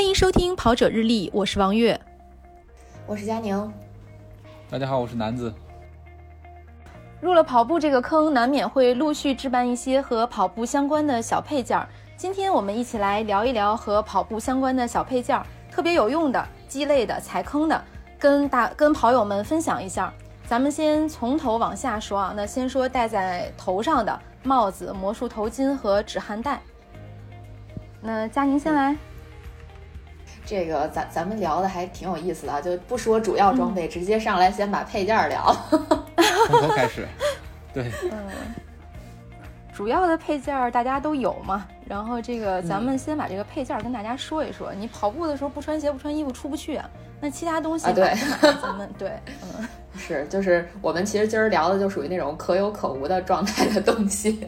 迎收听跑者日历，我是王悦， 我是佳宁。 大家好，我是南子。 入了跑步这个坑，难免会陆续置办一些和跑步相关的小配件。今天我们一起来聊一聊和跑步相关的小配件，特别有用的、鸡肋的、踩坑的，跟跑友们分享一下。咱们先从头往下说啊，那先说戴在头上的帽子、魔术头巾和止汗带。那佳宁先来。 这个咱们聊的还挺有意思的，就不说主要装备，直接上来先把配件聊。 从头开始。对， 主要的配件大家都有嘛，然后这个咱们先把这个配件跟大家说一说。你跑步的时候不穿鞋不穿衣服出不去啊，那其他东西对， 咱们对， 是，就是我们其实今儿聊的就属于那种可有可无的状态的东西。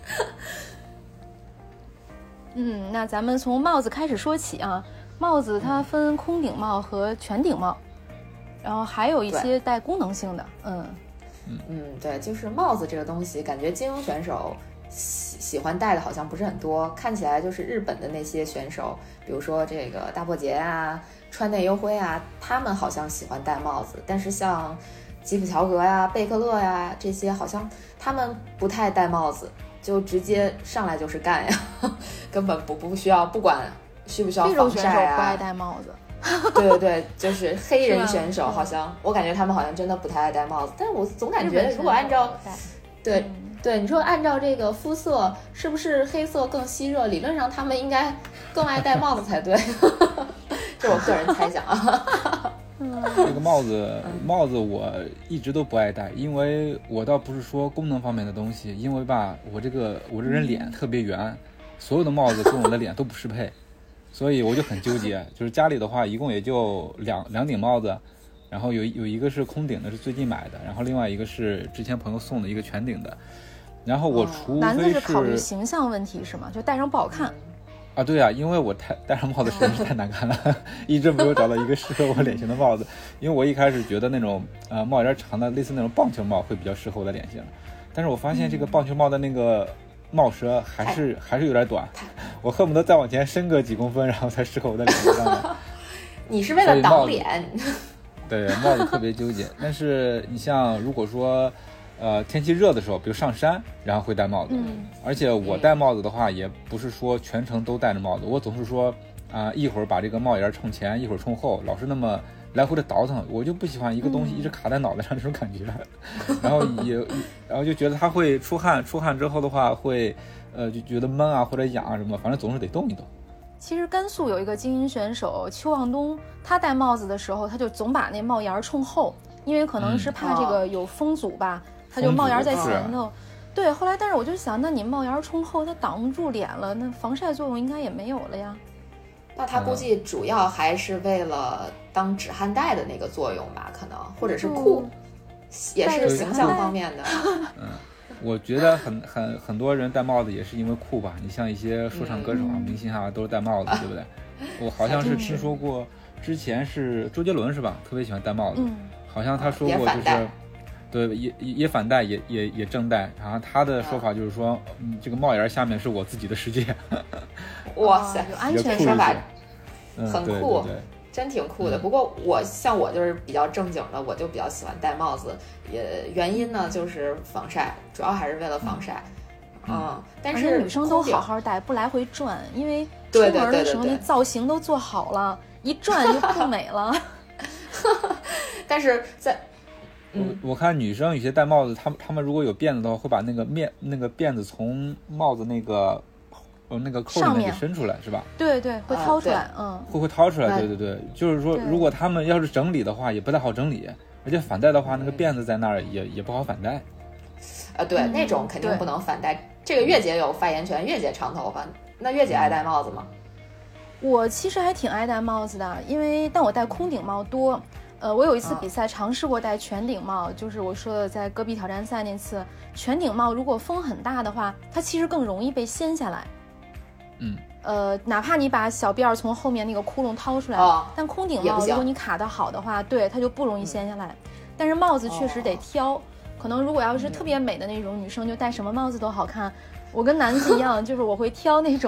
那咱们从帽子开始说起啊。帽子它分空顶帽和全顶帽，然后还有一些带功能性的。 对，就是帽子这个东西，感觉精英选手喜欢戴的好像不是很多，看起来就是日本的那些选手，比如说这个大破节啊、川内优辉啊，他们好像喜欢戴帽子，但是像吉普乔格呀、贝克勒呀这些，好像他们不太戴帽子，就直接上来就是干呀，根本不需要，不管需不需要防晒啊。 不爱戴帽子。 对，就是黑人选手好像我感觉他们好像真的不太爱戴帽子，但是我总感觉如果按照对你说按照这个肤色是不是黑色更吸热，理论上他们应该更爱戴帽子才对。这我个人猜想啊。 这个帽子我一直都不爱戴，因为我倒不是说功能方面的东西，因为吧我这人脸特别圆，所有的帽子跟我的脸都不适配，所以我就很纠结。就是家里的话一共也就两顶帽子，然后有一个是空顶的，是最近买的，然后另外一个是之前朋友送的一个全顶的。然后我除非男的是考虑形象问题是吗？就戴上不好看啊？对啊，因为我戴上帽子实在是太难看了，一直没有找到一个适合我脸型的帽子。因为我一开始觉得那种帽檐长的类似那种棒球帽会比较适合我的脸型，但是我发现这个棒球帽的那个帽舌还是有点短，我恨不得再往前伸个几公分，然后才适合我的脸型上。 你是为了挡脸？ 对，帽子特别纠结。但是你像如果说天气热的时候，比如上山，然后会戴帽子。而且我戴帽子的话，也不是说全程都戴着帽子，我总是说一会儿把这个帽檐冲前，一会儿冲后，老是那么来回的倒腾，我就不喜欢一个东西一直卡在脑袋上这种感觉。然后就觉得它会出汗之后的话会就觉得闷啊或者痒啊什么，反正总是得动一动。 其实甘肃有一个精英选手邱望东，他戴帽子的时候，他就总把那帽檐冲后，因为可能是怕这个有风阻吧，他就帽檐在前头。对，后来但是我就想，那你帽檐冲后，它挡不住脸了，那防晒作用应该也没有了呀。 那他估计主要还是为了当止汗带的那个作用吧，可能或者是酷，也是形象方面的。 我觉得很多人戴帽子也是因为酷吧。你像一些说唱歌手啊、明星啊，都是戴帽子，对不对？我好像是听说过，之前是周杰伦是吧？特别喜欢戴帽子，好像他说过就是，对，也反戴，也正戴。然后他的说法就是说，这个帽檐下面是我自己的世界。 哇塞， 有安全说法， 很酷。 对， 真挺酷的。不过我就是比较正经的，我就比较喜欢戴帽子，原因呢就是防晒，主要还是为了防晒。但是女生都好好戴，不来回转，因为出门的时候那造型都做好了，一转就不美了。 但是在我看女生有些戴帽子，她们如果有辫子的话，会把那个辫子从帽子那个扣里面给伸出来，是吧？ 对，会掏出来， 会掏出来，对，就是说，如果他们要是整理的话，也不太好整理，而且反戴的话，那个辫子在那儿也不好反戴。 对，那种肯定不能反戴。这个月姐有发言权，月姐长头发，那月姐爱戴帽子吗？ 我其实还挺爱戴帽子的，但我戴空顶帽多。我有一次比赛尝试过戴全顶帽，就是我说的在戈壁挑战赛那次，全顶帽如果风很大的话，它其实更容易被掀下来。哪怕你把小辫儿从后面那个窟窿掏出来，但空顶帽如果你卡得好的话，对，它就不容易掀下来。但是帽子确实得挑，可能如果要是特别美的那种女生，就戴什么帽子都好看。我跟男子一样，就是我会挑那种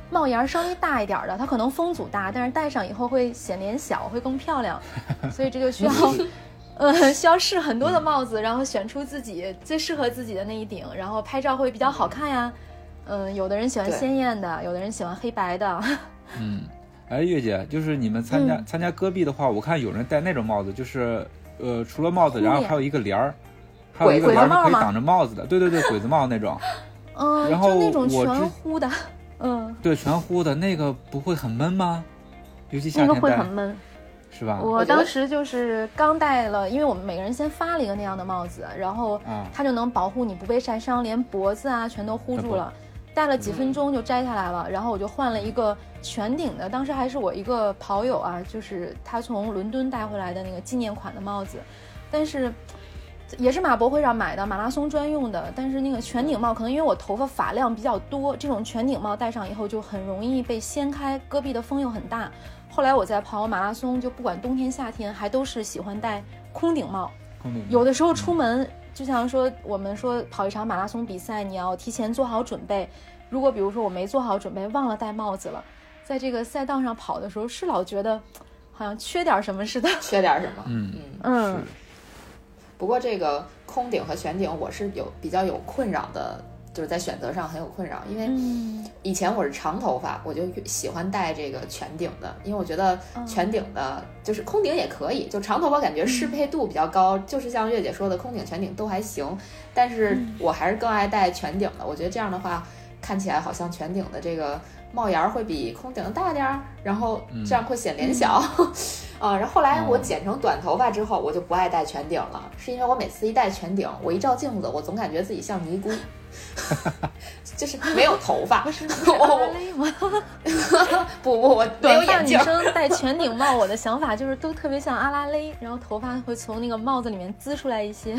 帽檐稍微大一点的，它可能风阻大，但是戴上以后会显脸小，会更漂亮，所以这就需要需要试很多的帽子，然后选出自己最适合自己的那一顶，然后拍照会比较好看呀。有的人喜欢鲜艳的，有的人喜欢黑白的。 哎，月姐，就是你们参加戈壁的话，我看有人戴那种帽子，就是除了帽子，然后还有一个帘儿，还有一个帘儿是可以挡着帽子的。对对对，鬼子帽那种。然后就那种全糊的。 对，全糊的那个不会很闷吗？尤其夏天戴。 那个会很闷。 是吧？ 我当时就是刚戴了，因为我们每个人先发了一个那样的帽子，然后它就能保护你不被晒伤，连脖子啊全都糊住了。戴了几分钟就摘下来了，然后我就换了一个全顶的，当时还是我一个跑友啊，就是他从伦敦带回来的那个纪念款的帽子，但是也是马博会上买的，马拉松专用的。但是那个全顶帽可能因为我头发发量比较多，这种全顶帽戴上以后就很容易被掀开，戈壁的风又很大。后来我在跑马拉松，就不管冬天夏天，还都是喜欢戴空顶帽。有的时候出门，就像说我们说跑一场马拉松比赛，你要提前做好准备。如果比如说我没做好准备，忘了戴帽子了，在这个赛道上跑的时候，是老觉得好像缺点什么似的。 缺点什么？不过这个空顶和全顶，我是比较有困扰的。就是在选择上很有困扰，因为以前我是长头发，我就喜欢戴这个全顶的，因为我觉得全顶的就是空顶也可以，就长头发感觉适配度比较高，就是像月姐说的空顶全顶都还行，但是我还是更爱戴全顶的，我觉得这样的话看起来好像全顶的这个帽檐会比空顶的大点儿，然后这样会显脸小然后后来我剪成短头发之后，我就不爱戴全顶了，是因为我每次一戴全顶，我一照镜子，我总感觉自己像尼姑就是没有头发。 是阿拉蕾吗？ 不，我没有眼镜。 短发女生戴全顶帽，我的想法就是都特别像阿拉蕾，然后头发会从那个帽子里面滋出来一些。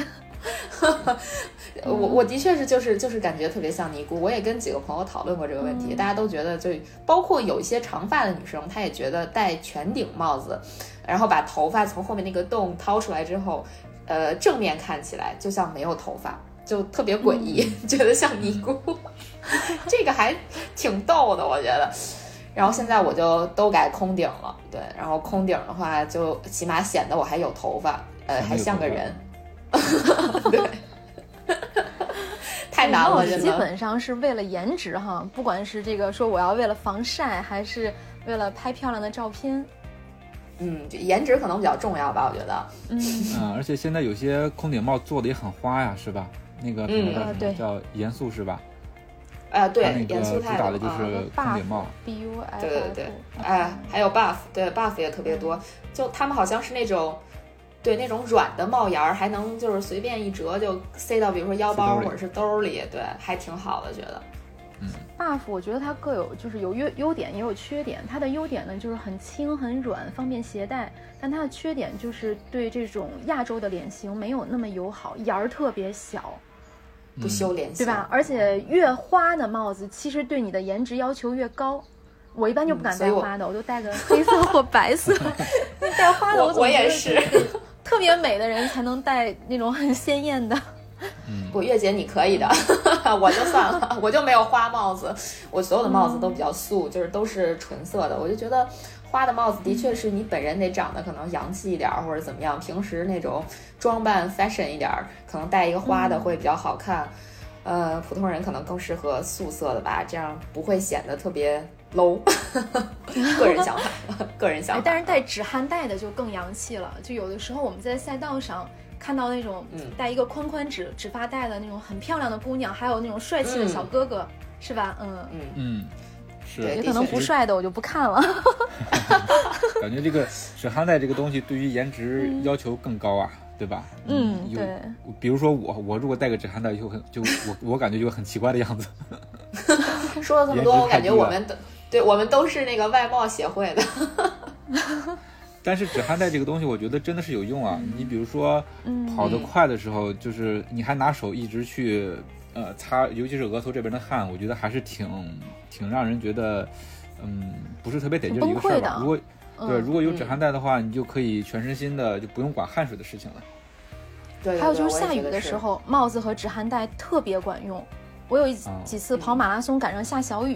我的确是就是感觉特别像尼姑。我也跟几个朋友讨论过这个问题，大家都觉得，就包括有一些长发的女生，她也觉得戴全顶帽子，然后把头发从后面那个洞掏出来之后，正面看起来就像没有头发，就特别诡异，觉得像尼姑。这个还挺逗的，我觉得。然后现在我就都改空顶了，对，然后空顶的话就起码显得我还有头发，还像个人。对，太难了， 基本上是为了颜值哈，不管是这个说我要为了防晒，还是为了拍漂亮的照片。 颜值可能比较重要吧，我觉得。 而且现在有些空顶帽做的也很花呀，是吧？那个对， 叫严肃是吧？ 对，严肃态主打的就是空顶帽。 BUF。 对，还有 buff， 对 buff 也特别多，就他们好像是那种。对，那种软的帽檐还能就是随便一折就塞到比如说腰包或者是兜里，对，还挺好的，觉得。 buff 我觉得它各有就是有优点也有缺点，它的优点呢就是很轻很软，方便携带，但它的缺点就是对这种亚洲的脸型没有那么友好，檐儿特别小， 不修脸型， 对吧？而且越花的帽子其实对你的颜值要求越高。我一般就不敢戴花的，我都戴个黑色或白色。戴花的我也是， 特别美的人才能戴那种很鲜艳的。 不，月姐你可以的，我就算了，我就没有花帽子，我所有的帽子都比较素，就是都是纯色的。我就觉得花的帽子的确是你本人得长得可能洋气一点或者怎么样，平时那种装扮 fashion 一点，可能戴一个花的会比较好看。普通人可能更适合素色的吧，这样不会显得特别 low。个人想法， 但是戴止汗带的就更洋气了。就有的时候我们在赛道上看到那种戴一个宽止发带的那种很漂亮的姑娘，还有那种帅气的小哥哥，是吧？ 是。 也可能不帅的我就不看了。 感觉这个止汗带这个东西对于颜值要求更高啊。对吧？ 对。 比如说我如果戴个止汗带，我感觉就很奇怪的样子。 说了这么多，我感觉我们都是那个外貌协会的。 但是止汗带这个东西，我觉得真的是有用啊。你比如说跑得快的时候，就是你还拿手一直去擦，尤其是额头这边的汗，我觉得还是挺让人觉得不是特别得劲的一个事儿吧。如果有止汗带的话，你就可以全身心的，就不用管汗水的事情了。 对， 还有就是下雨的时候，帽子和止汗带特别管用。我有几次跑马拉松赶上下小雨，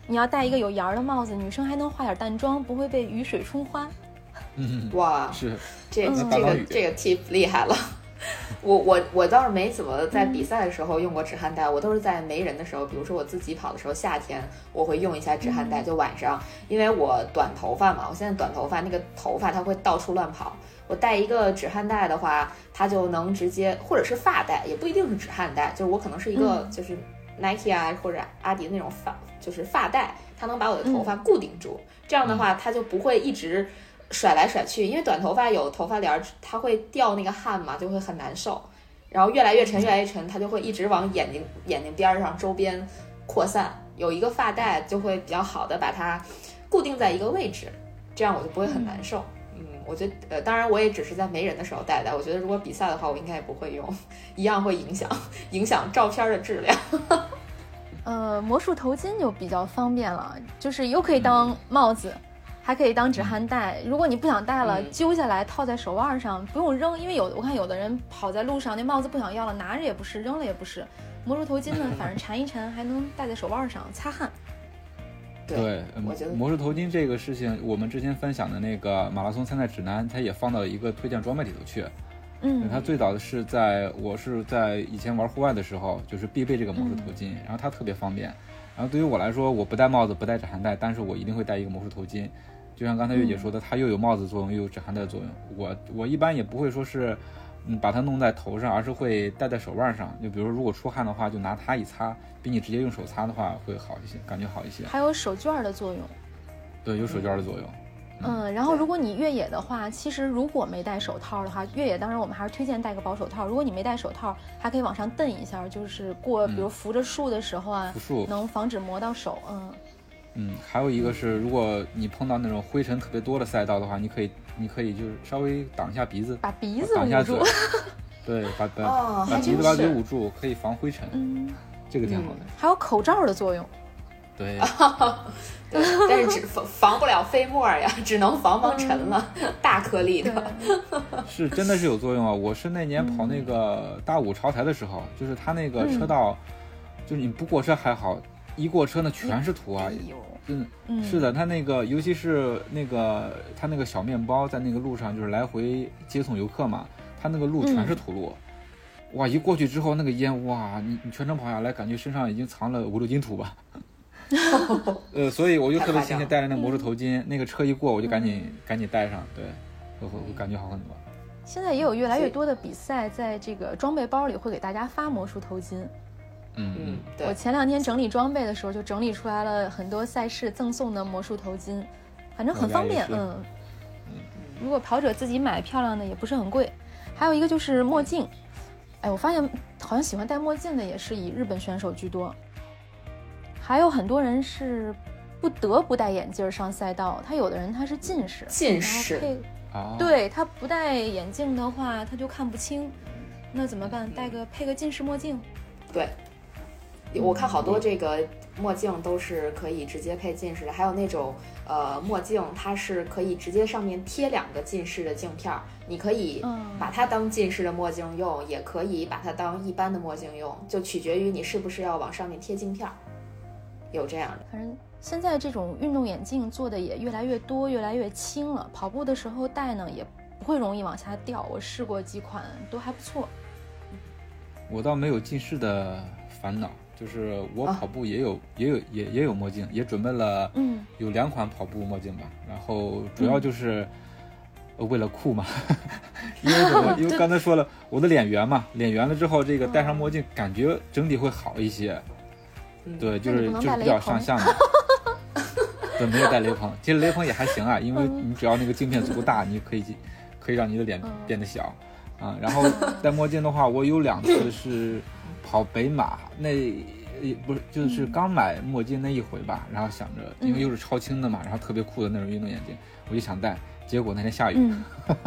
你要戴一个有檐儿的帽子，女生还能化点淡妆，不会被雨水冲花。 哇， 是这个 tip 厉害了。我倒是没怎么在比赛的时候用过止汗带，我都是在没人的时候，比如说我自己跑的时候，夏天我会用一下止汗带，就晚上，因为我短头发嘛，我现在短头发，那个头发它会到处乱跑，我带一个止汗带的话，它就能直接，或者是发带，也不一定是止汗带，就是我可能是一个就是 Nike 啊或者阿迪那种就是发带，它能把我的头发固定住，这样的话它就不会一直甩来甩去，因为短头发有头发帘它会掉那个汗嘛，就会很难受，然后越来越沉越来越沉，它就会一直往眼睛边上周边扩散，有一个发带就会比较好的把它固定在一个位置，这样我就不会很难受。我觉得当然我也只是在没人的时候戴的，我觉得如果比赛的话我应该也不会用，一样会影响照片的质量。 魔术头巾就比较方便了，就是又可以当帽子，还可以当止汗带，如果你不想戴了，揪下来套在手腕上，不用扔，因为我看有的人跑在路上，那帽子不想要了，拿着也不是，扔了也不是。魔术头巾呢，反正缠一缠，还能戴在手腕上擦汗。 对，我觉得魔术头巾这个事情，我们之前分享的那个马拉松参赛指南，它也放到一个推荐装备里头去。它最早的是我是在以前玩户外的时候，就是必备这个魔术头巾，然后它特别方便。然后对于我来说，我不戴帽子，不戴止汗带，但是我一定会戴一个魔术头巾。就像刚才月姐说的，它又有帽子作用，又有止汗带作用。我一般也不会说是，把它弄在头上，而是会戴在手腕上。就比如说，如果出汗的话，就拿它一擦，比你直接用手擦的话会好一些，感觉好一些。 还有手绢的作用。 对，有手绢的作用。 然后如果你越野的话，其实如果没戴手套的话，越野当然我们还是推荐戴个薄手套。如果你没戴手套，还可以往上蹬一下，就是比如扶着树的时候啊，能防止磨到手。 还有一个是，如果你碰到那种灰尘特别多的赛道的话，你可以就是稍微挡一下鼻子， 把鼻子挡一下嘴， 捂住对，把鼻子把嘴捂住，可以防灰尘。这个挺好的。 还有口罩的作用。 对。 对，但是只防不了飞沫呀，只能防尘了，大颗粒的。 是真的是有作用啊！我是那年跑那个大武朝台的时候，就是他那个车道，就是你不过车还好，一过车呢全是土啊！是的，他那个尤其是他那个小面包在那个路上就是来回接送游客嘛，他那个路全是土路。哇！一过去之后那个烟，哇！你全程跑下来，感觉身上已经藏了5-6斤土吧。所以我就特别庆幸带着那魔术头巾，那个车一过我就赶紧戴上，对，我感觉好很多。 现在也有越来越多的比赛在这个装备包里会给大家发魔术头巾。 对。 我前2天整理装备的时候就整理出来了很多赛事赠送的魔术头巾，反正很方便。如果跑者自己买漂亮的也不是很贵。还有一个就是墨镜，我发现好像喜欢戴墨镜的也是以日本选手居多。还有很多人是不得不戴眼镜上赛道，他有的人他是近视，对，他不戴眼镜的话他就看不清，那怎么办？配个近视墨镜。 对，我看好多这个墨镜都是可以直接配近视的，还有那种墨镜它是可以直接上面贴2个近视的镜片，你可以把它当近视的墨镜用，也可以把它当一般的墨镜用，就取决于你是不是要往上面贴镜片。有这样的， 反正现在这种运动眼镜做的也越来越多，越来越轻了，跑步的时候戴呢也不会容易往下掉。我试过几款都还不错。 我倒没有近视的烦恼，就是我跑步也有墨镜，也准备了有2款跑步墨镜吧，然后主要就是为了酷嘛。因为刚才说了我的脸圆嘛，脸圆了之后这个戴上墨镜感觉整体会好一些。对，就是比较上相的。对，没有带雷朋，其实雷朋也还行啊，因为你只要那个镜片足够大，你可以让你的脸变得小啊。然后戴墨镜的话，我有2次是跑北马，那不是就是刚买墨镜那一回吧，然后想着因为又是超轻的嘛，然后特别酷的那种运动眼镜，我就想戴，结果那天下雨。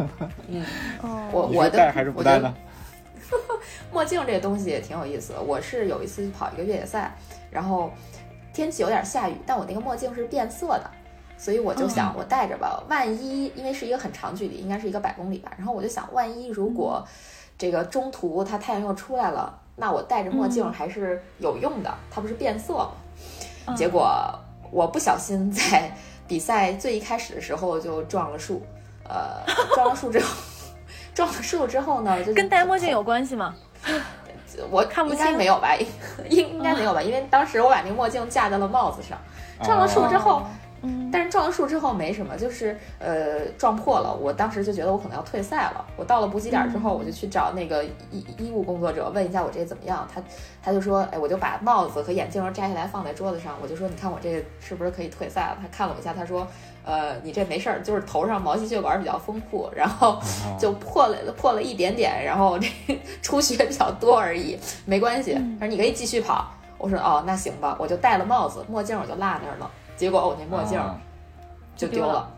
我戴还是不戴呢？ 墨镜这个东西也挺有意思的。我是有一次去跑一个越野赛，然后天气有点下雨，但我那个墨镜是变色的，所以我就想我戴着吧，万一因为是一个很长距离，应该是一个100公里吧，然后我就想万一如果这个中途它太阳又出来了，那我戴着墨镜还是有用的，它不是变色吗？结果我不小心在比赛最一开始的时候就撞了树，撞了树之后呢，就是跟戴墨镜有关系吗？ 我应该没有吧，应该没有吧，因为当时我把那个墨镜架在了帽子上，撞了树之后。但是撞了树之后没什么，就是撞破了。我当时就觉得我可能要退赛了。我到了补给点之后，我就去找那个医务工作者问一下我这怎么样。他就说，我就把帽子和眼镜摘下来放在桌子上，我就说，你看我这个是不是可以退赛了？他看了我一下，他说，你这没事儿，就是头上毛细血管比较丰富，然后就破了一点点，然后这出血比较多而已，没关系。他说你可以继续跑。我说哦，那行吧，我就戴了帽子，墨镜我就落那儿了。结果我那墨镜就丢了，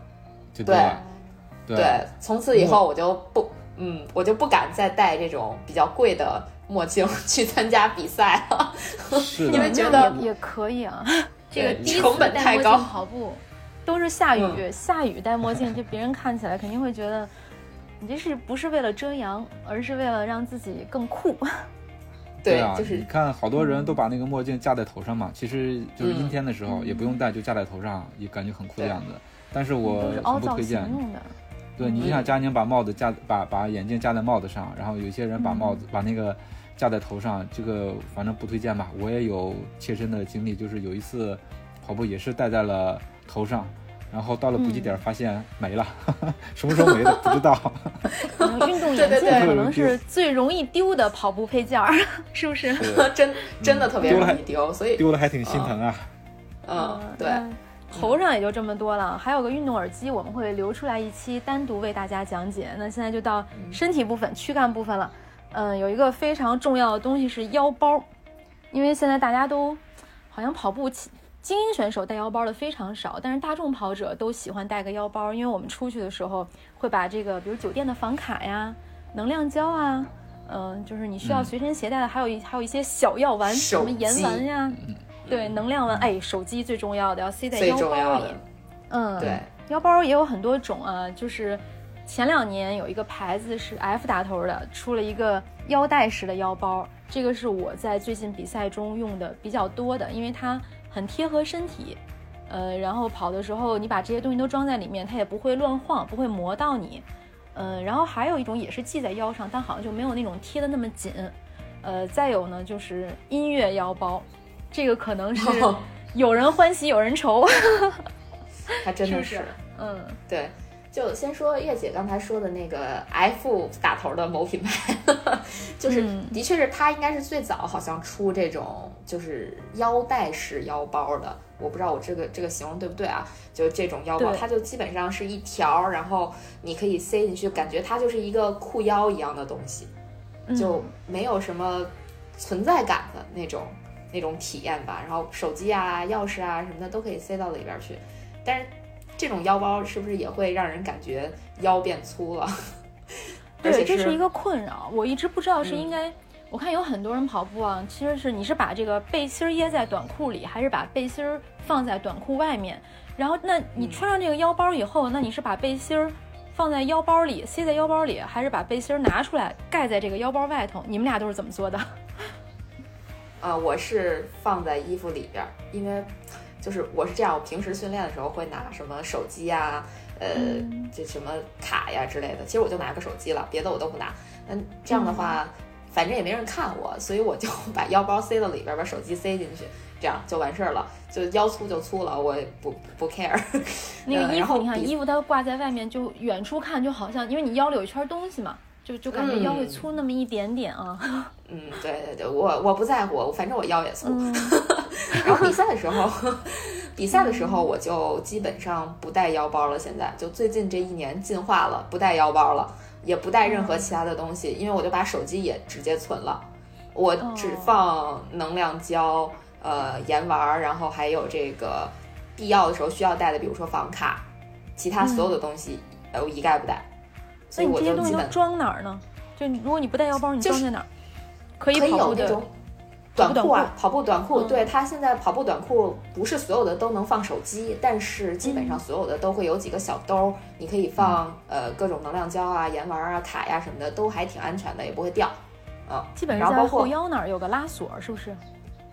对，从此以后我就不敢再戴这种比较贵的墨镜去参加比赛了，因为觉得也可以啊。这个第一成次本太高， 跑步都是下雨戴墨镜，这别人看起来肯定会觉得你这是不是为了遮阳，而是为了让自己更酷。 对啊， 就是你看好多人都把那个墨镜架在头上嘛，其实就是阴天的时候也不用戴，就架在头上，也感觉很酷的样子。但是我很不推荐。对，你就像佳宁把帽子把眼镜架在帽子上，然后有些人把把那个架在头上，这个反正不推荐吧。我也有切身的经历，就是有一次跑步也是戴在了头上。然后到了补给点发现没了，什么时候没的不知道。 可能运动眼镜可能是最容易丢的跑步配件，是不是？ 真的特别容易丢，所以丢了还挺心疼啊。对， 头上也就这么多了，还有个运动耳机，我们会留出来一期单独为大家讲解。那现在就到身体部分、躯干部分了。有一个非常重要的东西是腰包，因为现在大家都好像跑步精英选手带腰包的非常少，但是大众跑者都喜欢带个腰包，因为我们出去的时候会把这个，比如酒店的房卡呀、能量胶啊，就是你需要随身携带的，还有一些小药丸，什么盐丸呀，对，能量丸，手机最重要的要塞在腰包里。 对， 腰包也有很多种啊，就是前2年有一个牌子是 F 打头的，出了一个腰带式的腰包，这个是我在最近比赛中用的比较多的，因为它很贴合身体，然后跑的时候你把这些东西都装在里面，它也不会乱晃，不会磨到你。然后还有一种也是系在腰上，但好像就没有那种贴的那么紧。再有呢就是音乐腰包，这个可能是有人欢喜有人愁。 还真的是，对。就先说叶姐刚才说的那个 F 打头的某品牌，就是的确是它应该是最早好像出这种就是腰带式腰包的，我不知道我这个形容对不对啊？就这种腰包，它就基本上是一条，然后你可以塞进去，感觉它就是一个裤腰一样的东西，就没有什么存在感的那种体验吧。然后手机啊、钥匙啊什么的都可以塞到里边去，但是这种腰包是不是也会让人感觉腰变粗了？ 对，这是一个困扰，我一直不知道是应该。我看有很多人跑步啊，其实你是把这个背心掖在短裤里，还是把背心放在短裤外面？然后，那你穿上这个腰包以后，那你是把背心放在腰包里，塞在腰包里，还是把背心拿出来盖在这个腰包外头？你们俩都是怎么做的？ 我是放在衣服里边，因为就是我是这样，我平时训练的时候会拿什么手机啊，这什么卡呀之类的。其实我就拿个手机了，别的我都不拿。这样的话，反正也没人看我，所以我就把腰包塞到里边，把手机塞进去，这样就完事儿了。就腰粗就粗了，我也不 care。 那个衣服，你看衣服它挂在外面，就远处看就好像，因为你腰里有一圈东西嘛，就感觉腰会粗那么一点点啊。 对，我不在乎，反正我腰也粗。然后比赛的时候我就基本上不带腰包了，现在就最近这1年进化了，不带腰包了，也不带任何其他的东西，因为我就把手机也直接存了，我只放能量胶、盐丸，然后还有这个必要的时候需要带的，比如说房卡，其他所有的东西我一概不带。所以我就这些东西都装哪儿呢？就如果你不带腰包，你装在哪儿？可以有那种短裤啊，跑步短裤。对，它现在跑步短裤不是所有的都能放手机，但是基本上所有的都会有几个小兜，你可以放各种能量胶啊、盐丸啊、卡呀什么的，都还挺安全的，也不会掉。 基本上在后腰那儿有个拉锁，是不是？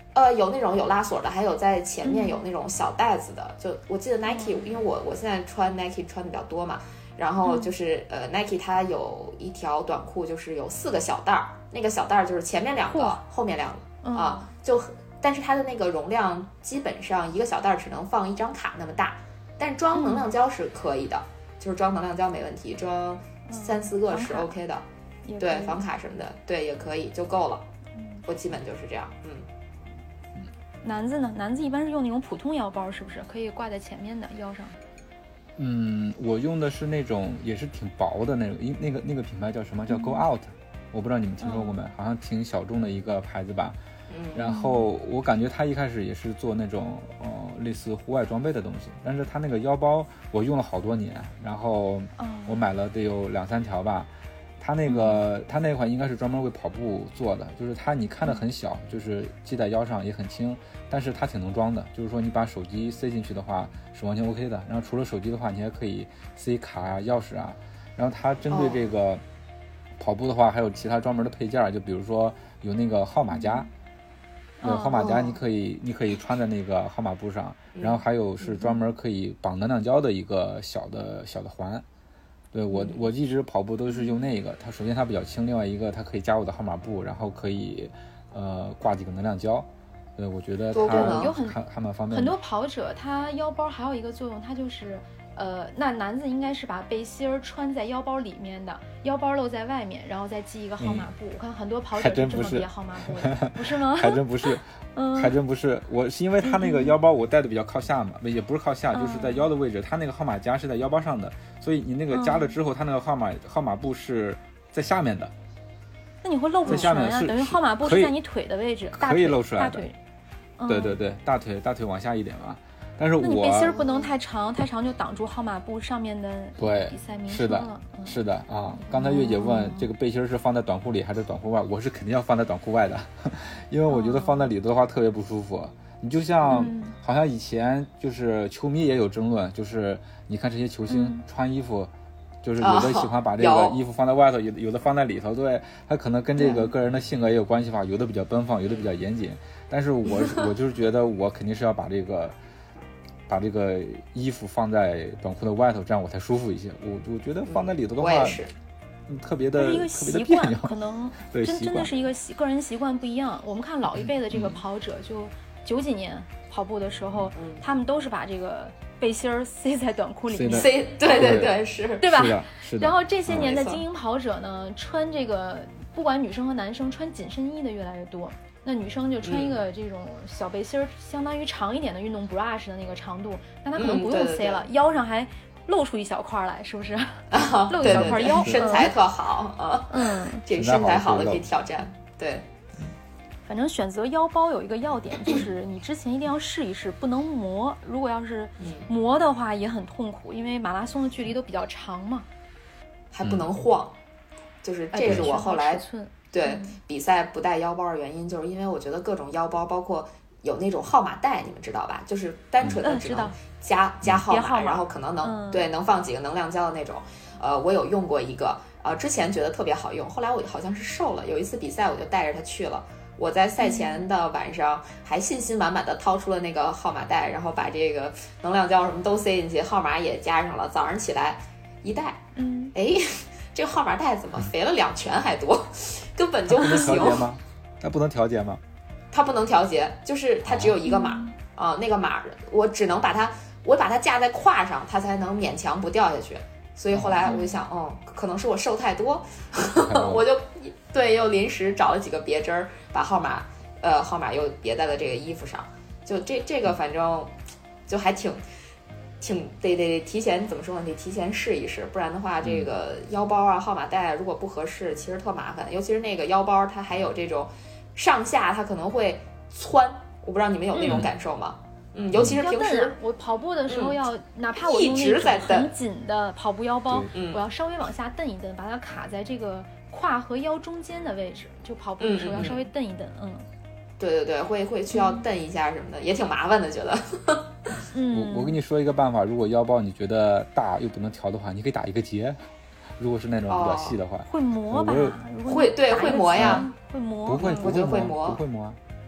有那种有拉锁的，还有在前面有那种小带子的。就我记得 Nike，因为我现在穿 Nike 穿的比较多嘛，然后就是Nike 它有一条短裤，就是有4个小带儿，那个小带儿就是前面2个，后面2个啊，但是它的那个容量基本上一个小袋只能放1张卡那么大，但装能量胶是可以的，就是装能量胶没问题，装3、4个是 OK 的，对，房卡什么的，对，也可以就够了。我基本就是这样。 男子呢？男子一般是用那种普通腰包，是不是可以挂在前面的腰上？ 我用的是那种也是挺薄的那种，那个品牌叫什么？叫 Go Out，我不知道你们听说过没？好像挺小众的一个牌子吧。然后我感觉他一开始也是做那种类似户外装备的东西，但是他那个腰包我用了好多年，然后我买了得有2、3条吧。他那款应该是专门为跑步做的，就是你看着很小，就是系在腰上也很轻，但是它挺能装的，就是说你把手机塞进去的话是完全 OK 的。然后除了手机的话，你还可以塞卡啊、钥匙啊。然后它针对这个跑步的话，还有其他专门的配件，就比如说有那个号码夹。号码夹你可以穿在那个号码布上，然后还有是专门可以绑能量胶的一个小的环。对，我一直跑步都是用那个，它首先它比较轻，另外一个它可以加我的号码布，然后可以挂几个能量胶。对，我觉得它还蛮方便的。 很多跑者他腰包还有一个作用，它就是那男子应该是把背心穿在腰包里面的，腰包露在外面，然后再系一个号码布。我看很多跑者是这么别号码布的，不是吗？ 还真不是，还真不是。我是因为他那个腰包我戴的比较靠下嘛，也不是靠下，就是在腰的位置。他那个号码夹是在腰包上的，所以你那个夹了之后，他那个号码布是在下面的。 那你会露不全啊？等于号码布是在你腿的位置， 可以露出来的。 大腿。 对，大腿往下一点嘛。但是那你背心不能太长，太长就挡住号码布上面的比赛名称了。 是的啊。刚才月姐问这个背心是放在短裤里还是短裤外，我是肯定要放在短裤外的，因为我觉得放在里头的话特别不舒服。你就像好像以前就是球迷也有争论，就是你看这些球星穿衣服，就是有的喜欢把这个衣服放在外头，有的放在里头。对，他可能跟这个个人的性格也有关系吧，有的比较奔放，有的比较严谨。但是我就是觉得我肯定是要把这个衣服放在短裤的外头，这样我才舒服一些。我觉得放在里头的话，特别的一个习惯，可能对真的是一个个人习惯不一样。我们看老一辈的这个跑者，就90几年跑步的时候，他们都是把这个背心塞在短裤里面， 对，是， 对吧？ 是的。 然后这些年的精英跑者呢，穿这个不管女生和男生穿紧身衣的越来越多。那女生就穿一个这种小背心，相当于长一点的运动 bra 的那个长度，但她可能不用塞了，腰上还露出一小块来，是不是？露一小块腰， 身材特好这身材好的可以挑战。对， 反正选择腰包有一个要点，就是你之前一定要试一试，不能磨。如果要是磨的话，也很痛苦，因为马拉松的距离都比较长嘛， 还不能晃。就是这是我后来对比赛不带腰包的原因，就是因为我觉得各种腰包，包括有那种号码带，你们知道吧？就是单纯的只能加号码，然后可能能放几个能量胶的那种。我有用过一个，之前觉得特别好用，后来我好像是瘦了。有一次比赛我就带着它去了，我在赛前的晚上还信心满满的掏出了那个号码带，然后把这个能量胶什么都塞进去，号码也加上了。早上起来一戴，这个号码带怎么肥了2拳还多，根本就不行。 它不能调节吗？ 它不能调节，就是它只有一个码那个码我只能把它架在胯上，它才能勉强不掉下去。所以后来我就想，可能是我瘦太多，我就又临时找了几个别针，把号码又别在了这个衣服上。就这个反正就还挺得提前，怎么说呢？得提前试一试，不然的话，这个腰包啊、号码带如果不合适，其实特麻烦。尤其是那个腰包，它还有这种上下，它可能会窜。我不知道你们有那种感受吗？尤其是平时我跑步的时候哪怕我用那种很紧的跑步腰包，我要稍微往下蹬一蹬，把它卡在这个胯和腰中间的位置，就跑步的时候要稍微蹬一蹬。 对，会需要蹬一下什么的，也挺麻烦的，觉得。 我跟你说一个办法，如果腰包你觉得大又不能调的话，你可以打一个结。如果是那种比较细的话， 会磨吧？ 会磨呀， 会磨。 不会， 我觉得会磨， 不会磨。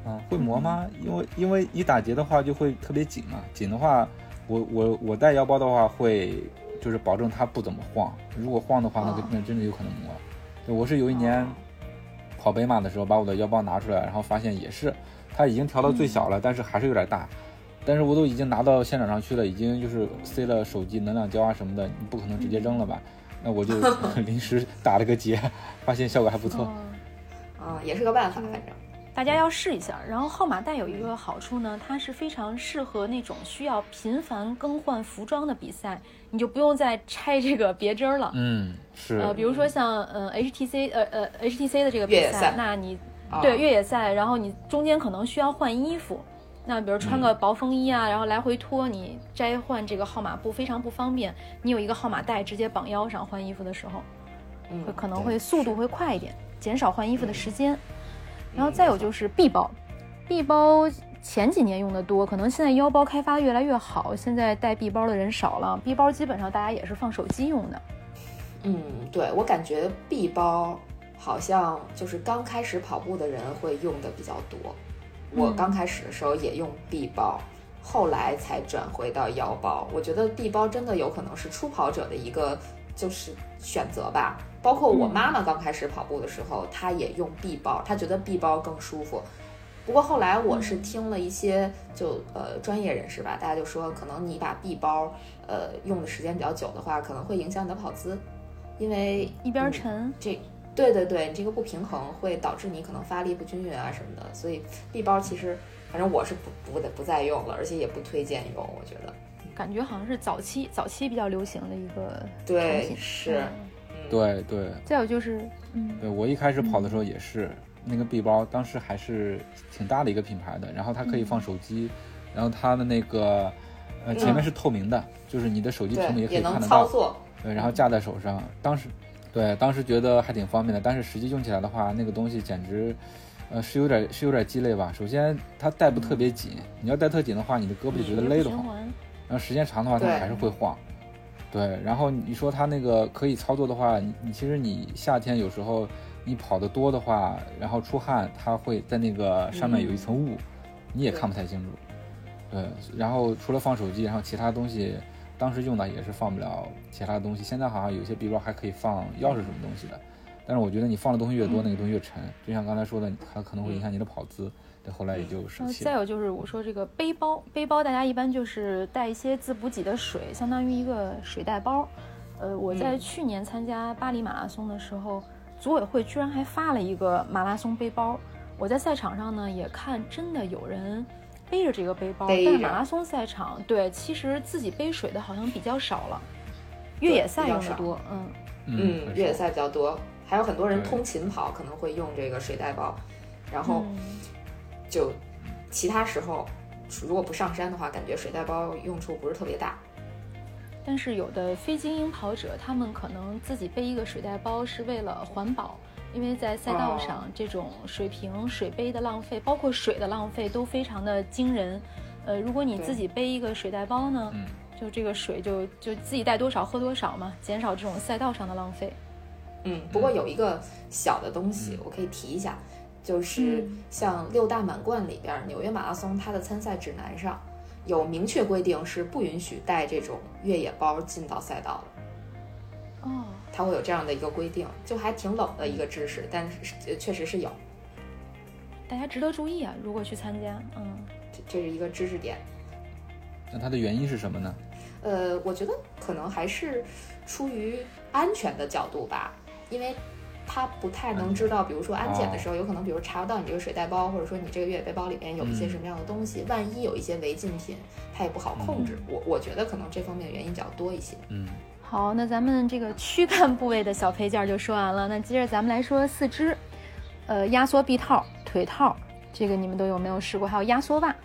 会磨吗？因为你打结的话就会特别紧嘛，紧的话，我带腰包的话会就是保证它不怎么晃，如果晃的话，那真的有可能磨。对，我是有一年跑北马的时候，把我的腰包拿出来，然后发现也是，它已经调到最小了，但是还是有点大。但是我都已经拿到现场上去了，已经就是塞了手机、能量胶啊什么的，你不可能直接扔了吧？那我就临时打了个结，发现效果还不错。 也是个办法，反正。 大家要试一下。然后号码带有一个好处呢，它是非常适合那种需要频繁更换服装的比赛，你就不用再拆这个别针了。 是。 比如说像HTC 的这个比赛，那你对越野赛，然后你中间可能需要换衣服，那比如穿个薄风衣啊，然后来回脱，你摘换这个号码布非常不方便。你有一个号码带直接绑腰上，换衣服的时候，可能会速度会快一点，减少换衣服的时间。然后再有就是臂包前几年用的多，可能现在腰包开发越来越好，现在带臂包的人少了，臂包基本上大家也是放手机用的。 对，我感觉臂包好像就是刚开始跑步的人会用的比较多，我刚开始的时候也用臂包，后来才转回到腰包。我觉得臂包真的有可能是初跑者的一个就是选择吧。包括我妈妈刚开始跑步的时候，她也用臂包，她觉得臂包更舒服。不过后来我是听了一些专业人士吧，大家就说可能你把臂包用的时间比较久的话，可能会影响你的跑姿，因为一边沉。 对，你这个不平衡会导致你可能发力不均匀啊什么的，所以臂包其实反正我是不再用了，而且也不推荐用，我觉得。 感觉好像是早期比较流行的一个产品。 对，是。 对。 再有就是对，我一开始跑的时候也是那个臂包，当时还是挺大的一个品牌的，然后它可以放手机，然后它的那个前面是透明的，就是你的手机屏幕也可以看得到， 也能操作。 对，然后架在手上，当时觉得还挺方便的，但是实际用起来的话，那个东西简直是有点鸡肋吧。首先它带不特别紧，你要带特紧的话，你的胳膊就觉得勒得慌，然后时间长的话它还是会晃。对，然后你说它那个可以操作的话，你其实你夏天有时候你跑得多的话，然后出汗，它会在那个上面有一层雾，你也看不太清楚。对，然后除了放手机，然后其他东西当时用的也是放不了其他的东西。现在好像有些臂包还可以放钥匙什么东西的，但是我觉得你放的东西越多，那个东西越沉，就像刚才说的，它可能会影响你的跑姿。对，后来也就舍弃了。 再有就是我说这个背包大家一般就是带一些自补给的水，相当于一个水袋包。我在去年参加巴黎马拉松的时候，组委会居然还发了一个马拉松背包。我在赛场上呢也看真的有人背着这个背包，但是马拉松赛场对其实自己背水的好像比较少了，越野赛用的多。 越野赛比较多，还有很多人通勤跑可能会用这个水袋包，然后就其他时候如果不上山的话，感觉水袋包用处不是特别大。 但是有的非精英跑者，他们可能自己背一个水袋包是为了环保，因为在赛道上这种水瓶、水杯的浪费，包括水的浪费都非常的惊人。如果你自己背一个水袋包呢，就这个水就自己带多少喝多少嘛，减少这种赛道上的浪费。 不过有一个小的东西我可以提一下，就是像6大满贯里边，纽约马拉松它的参赛指南上有明确规定是不允许带这种越野包进到赛道的。它会有这样的一个规定，就还挺冷的一个知识，但是确实是有， 大家值得注意啊！如果去参加， 这是一个知识点。 那它的原因是什么呢？ 我觉得可能还是出于安全的角度吧，因为他不太能知道，比如说安检的时候，有可能比如查不到你这个水袋包，或者说你这个越野背包里面有一些什么样的东西，万一有一些违禁品，它也不好控制。我觉得可能这方面的原因比较多一些。 好，那咱们这个躯干部位的小配件就说完了，那接着咱们来说四肢，压缩臂套、腿套，这个你们都有没有试过？还有压缩袜。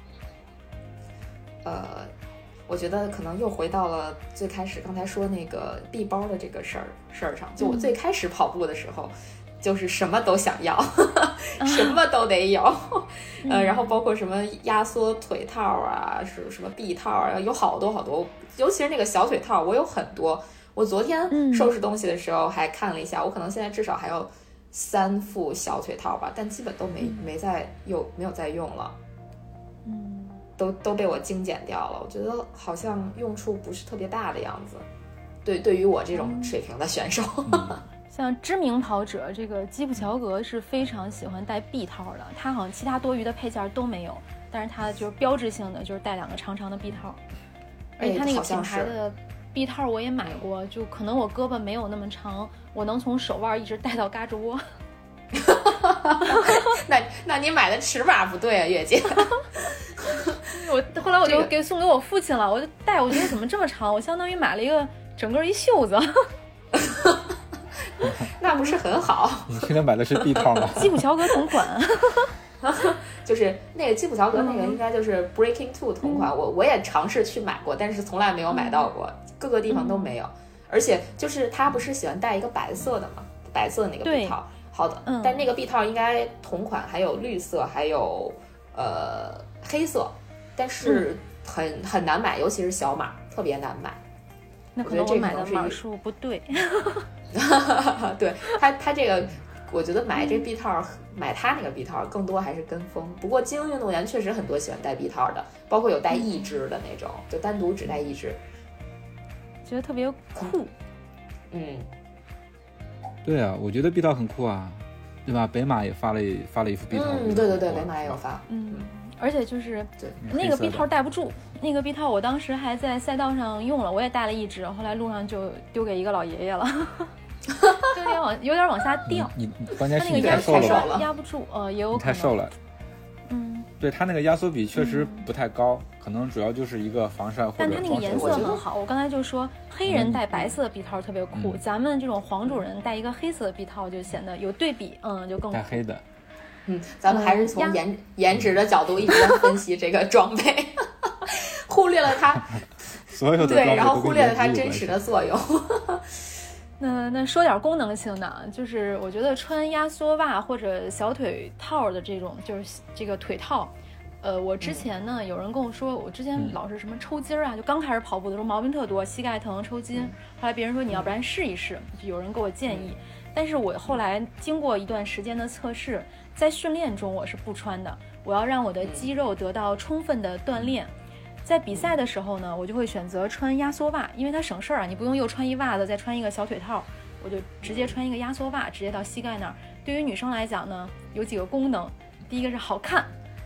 我觉得可能又回到了最开始刚才说那个臂包的这个事儿上。就我最开始跑步的时候，就是什么都想要，什么都得有。然后包括什么压缩腿套啊，什么臂套啊，有好多好多，尤其是那个小腿套，我有很多。我昨天收拾东西的时候还看了一下，我可能现在至少还有 3副小腿套吧，但基本都没有再用了，都被我精简掉了。我觉得好像用处不是特别大的样子。对于我这种水平的选手， 像知名跑者这个基普乔格是非常喜欢戴臂套的，他好像其他多余的配件都没有，但是他就是标志性的就是戴2个长长的臂套，而且他那个品牌的臂套我也买过，就可能我胳膊没有那么长，我能从手腕一直戴到胳肢窝。 那你买的尺码不对啊，月姐。 后来我就送给我父亲了，我就戴，我觉得怎么这么长，我相当于买了一个整个一袖子。 那不是很好？ 你现在买的是臂套吗？ 基普乔格同款。 就是那个基普乔格那个应该就是 Breaking Two 同款，我也尝试去买过，但是从来没有买到过，各个地方都没有。而且就是他不是喜欢戴一个白色的嘛，白色的那个臂套。好的，但那个臂套应该同款，还有绿色，还有黑色，但是很难买，尤其是小码，特别难买。 那可能我买的码数不对。 对，他这个，我觉得买这臂套，买他那个臂套更多还是跟风。不过精英运动员确实很多喜欢戴臂套的，包括有戴一只的那种，就单独只戴一只， 觉得特别酷。 对啊，我觉得臂套很酷啊，对吧？北马也发了一副臂套。 对，北马也有发。 而且就是那个臂套戴不住，那个臂套我当时还在赛道上用了，我也戴了一只，后来路上就丢给一个老爷爷了。有点往下掉。 你关键是你太瘦了， 压不住，也有可能太瘦了。对，它那个压缩比确实不太高，可能主要就是一个防晒或者但它那个颜色很好。我刚才就说黑人戴白色的臂套特别酷，咱们这种黄种人戴一个黑色的臂套就显得有对比，就更酷。 戴黑的。 咱们还是从颜值的角度一直在分析这个装备，忽略了它所有的对，然后忽略了它真实的作用。 那说点功能性的，就是我觉得穿压缩袜或者小腿套的这种，就是这个腿套，我之前呢有人跟我说，我之前老是什么抽筋啊，就刚开始跑步的时候毛病特多，膝盖疼抽筋，后来别人说你要不然试一试，就有人给我建议，但是我后来经过一段时间的测试，在训练中我是不穿的，我要让我的肌肉得到充分的锻炼。在比赛的时候呢，我就会选择穿压缩袜，因为它省事儿啊，你不用又穿一袜子再穿一个小腿套，我就直接穿一个压缩袜，直接到膝盖那儿。对于女生来讲呢，有几个功能，第一个是好看，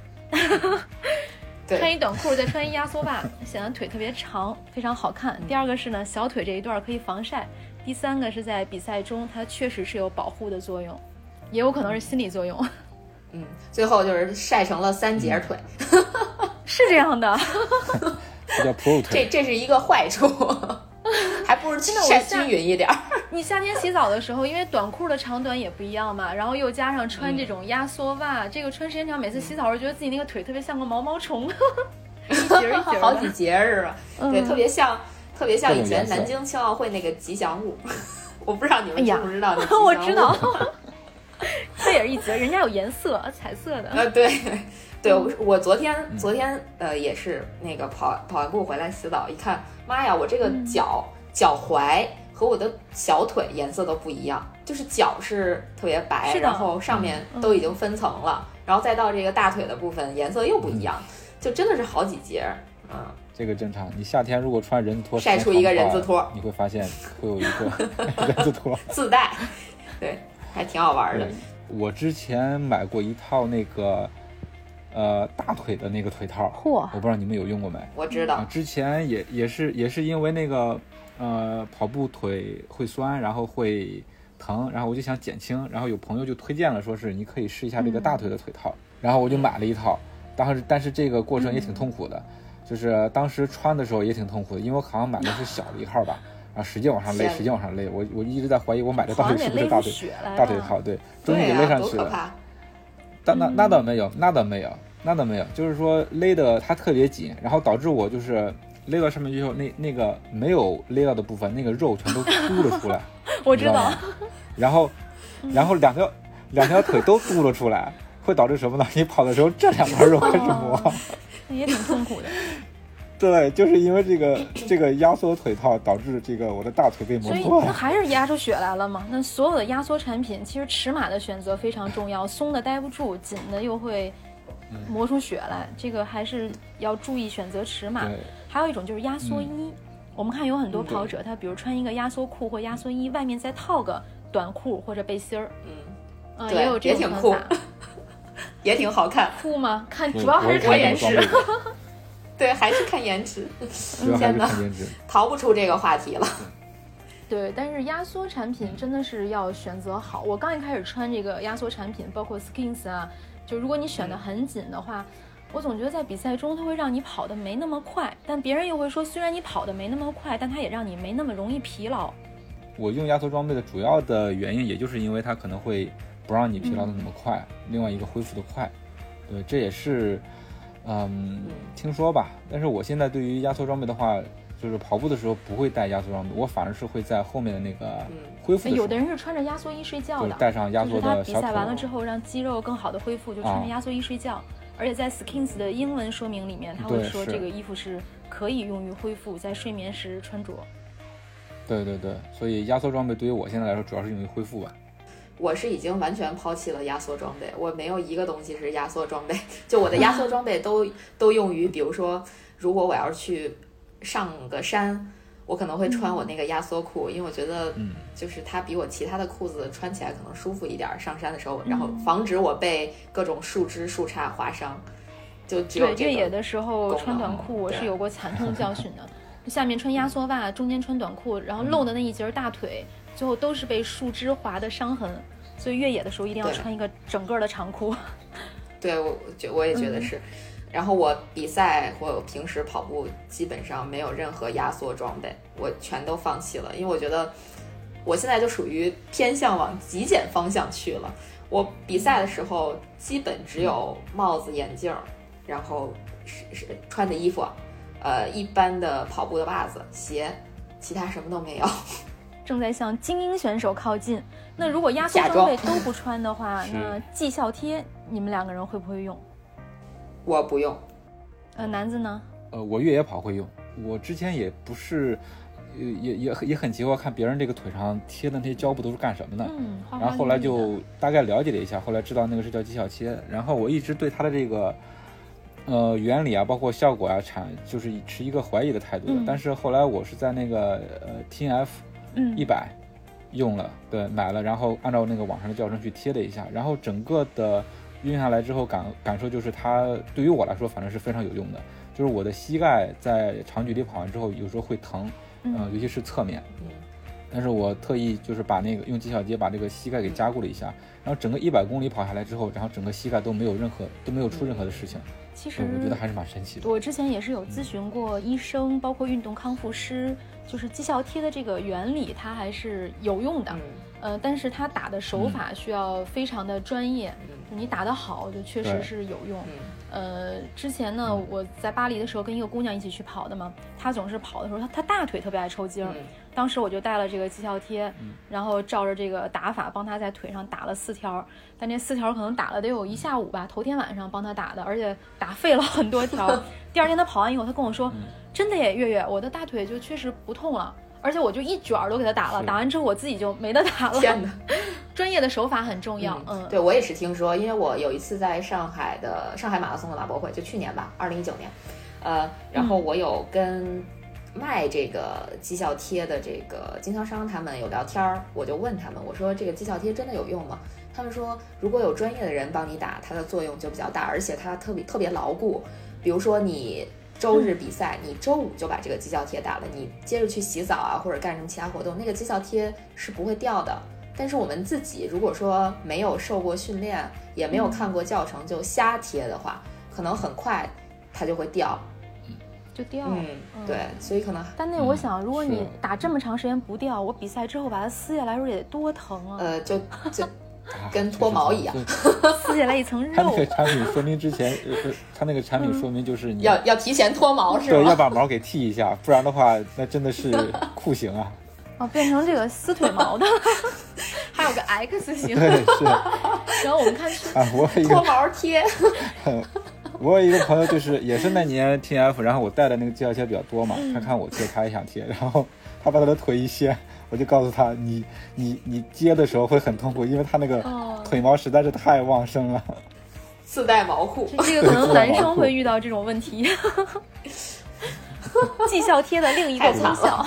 穿一短裤再穿一压缩袜，显得腿特别长，非常好看。第二个是呢，小腿这一段可以防晒。第三个是在比赛中，它确实是有保护的作用，也有可能是心理作用。 最后就是晒成了3节腿。 是这样的。 这叫 pro 腿。 这是一个坏处，还不如晒均匀一点。 你夏天洗澡的时候，因为短裤的长短也不一样嘛，然后又加上穿这种压缩袜，这个穿时间长，每次洗澡时候觉得自己那个腿特别像个毛毛虫，一节一节好几节是吧？对，特别像以前南京青奥会那个吉祥物。我不知道你们知不知道那吉祥物。 我知道。这也是一节，人家有颜色，彩色的。 对，我昨天也是那个跑完步回来洗澡，一看，妈呀，我这个脚踝和我的小腿颜色都不一样，就是脚是特别白，然后上面都已经分层了，然后再到这个大腿的部分颜色又不一样，就真的是好几节。 这个正常。你夏天如果穿人字拖， 晒出一个人字拖， 你会发现会有一个人字拖自带，对，还挺好玩的。 我之前买过一套那个大腿的那个腿套，我不知道你们有用过没？ 我知道， 之前也是因为那个跑步腿会酸，然后会疼，然后我就想减轻，然后有朋友就推荐了，说是你可以试一下这个大腿的腿套，然后我就买了一套。但是这个过程也挺痛苦的，就是当时穿的时候也挺痛苦的，因为我好像买的是小的一号吧，然后使劲往上勒，我一直在怀疑我买的到底是不是大腿套，对，终于给勒上去了。但那倒没有，就是说勒的它特别紧，然后导致我就是勒到上面之后，那个没有勒到的部分，那个肉全都凸了出来。 我知道。 然后两条腿都凸了出来，会导致什么呢？你跑的时候这两块肉开始磨， 也挺痛苦的。 对，就是因为这个压缩腿套导致这个我的大腿被磨破， 所以那还是压出血来了嘛。那所有的压缩产品其实尺码的选择非常重要，松的待不住，紧的又会磨出血来，这个还是要注意选择尺码。还有一种就是压缩衣，我们看有很多跑者他比如穿一个压缩裤或压缩衣，外面再套个短裤或者背心儿，也有这种穿法， 也挺好看。 酷吗？看主要还是看颜值。 对，还是看颜值。 主要还是看颜值， 逃不出这个话题了。 对，但是压缩产品真的是要选择好。我刚一开始穿这个压缩产品，包括 Skins 啊，就如果你选的很紧的话，我总觉得在比赛中它会让你跑得没那么快，但别人又会说，虽然你跑得没那么快，但它也让你没那么容易疲劳。 我用压缩装备的主要的原因，也就是因为它可能会不让你疲劳的那么快，另外一个恢复的快。对，这也是听说吧。但是我现在对于压缩装备的话，就是跑步的时候不会带压缩装备，我反而是会在后面的那个恢复的时候， 有的人是穿着压缩衣睡觉的， 带上压缩的小口， 就是他比赛完了之后让肌肉更好的恢复，就穿着压缩衣睡觉。而且在 Skins 的英文说明里面，他会说这个衣服是可以用于恢复在睡眠时穿着。 对对对，所以压缩装备对于我现在来说主要是用于恢复吧。 我是已经完全抛弃了压缩装备，我没有一个东西是压缩装备，就我的压缩装备都用于，比如说如果我要是去上个山，我可能会穿我那个压缩裤，因为我觉得就是它比我其他的裤子穿起来可能舒服一点，上山的时候，然后防止我被各种树枝树杈划伤。就只有这个。 对，越野的时候穿短裤我是有过惨痛教训的，下面穿压缩袜，中间穿短裤，然后露的那一截大腿最后都是被树枝划的伤痕，所以越野的时候一定要穿一个整个的长裤。 对，我也觉得是。然后我比赛或我平时跑步基本上没有任何压缩装备，我全都放弃了，因为我觉得我现在就属于偏向往极简方向去了。我比赛的时候基本只有帽子、眼镜，然后是穿的衣服，一般的跑步的袜子、鞋，其他什么都没有。 正在向精英选手靠近。那如果压缩装备都不穿的话，那绩效贴你们两个人会不会用？ 我不用。 男子呢？ 我越野跑会用。我之前也不是，也很奇怪，看别人这个腿上贴的那些胶布都是干什么的。然后后来就大概了解了一下，后来知道那个是叫绩效贴。然后我一直对它的这个原理啊，包括效果啊，就是持一个怀疑的态度的。但是后来我是在那个TNF 100用了，对，买了，然后按照那个网上的教程去贴了一下，然后整个的用下来之后感受就是它对于我来说反正是非常有用的。就是我的膝盖在长距离跑完之后有时候会疼，尤其是侧面，但是我特意就是把那个用绩效贴把这个膝盖给加固了一下，然后整个100公里跑下来之后，然后整个膝盖都没有出任何的事情。其实我觉得还是蛮神奇的。 我之前也是有咨询过医生，包括运动康复师，就是绩效贴的这个原理它还是有用的，但是它打的手法需要非常的专业，你打得好就确实是有用。之前呢，我在巴黎的时候跟一个姑娘一起去跑的嘛，她总是跑的时候她大腿特别爱抽筋儿，当时我就带了这个绩效贴，然后照着这个打法帮她在腿上打了4条，但这4条可能打了得有1下午吧，头天晚上帮她打的，而且打废了很多条。第二天她跑完以后，她跟我说，真的耶，月月，我的大腿就确实不痛了，而且我就一卷都给她打了，打完之后我自己就没得打了。 天哪！ 专业的手法很重要。 对，我也是听说，因为我有一次在上海马拉松的马博会，就去年吧，2019年，然后我有跟卖这个绩效贴的这个经销商他们有聊天，我就问他们，我说这个绩效贴真的有用吗？他们说如果有专业的人帮你打，它的作用就比较大，而且它特别牢固。比如说你周日比赛，你周五就把这个绩效贴打了，你接着去洗澡啊或者干什么其他活动，那个绩效贴是不会掉的。但是我们自己如果说没有受过训练，也没有看过教程就瞎贴的话，可能很快它就会掉， 就掉了。 对，所以可能。 但那我想，如果你打这么长时间不掉，我比赛之后把它撕下来时候也多疼啊！ 就跟脱毛一样， 撕下来一层肉。 它那个产品说明之前，它那个产品说明就是你要提前脱毛是吧？ 对，要把毛给剃一下，不然的话那真的是酷刑啊！ 变成这个撕腿毛的，还有个 X 型。 对，是。 然后我们看我脱毛贴。 我有一个朋友就是也是那年 TF， 然后我带的那个绩效贴比较多嘛，他看我贴，他也想贴，然后他把他的腿一掀，我就告诉他，你接的时候会很痛苦，因为他那个腿毛实在是太旺盛了。 自带毛裤， 这个可能男生会遇到这种问题。绩效贴的另一个功效，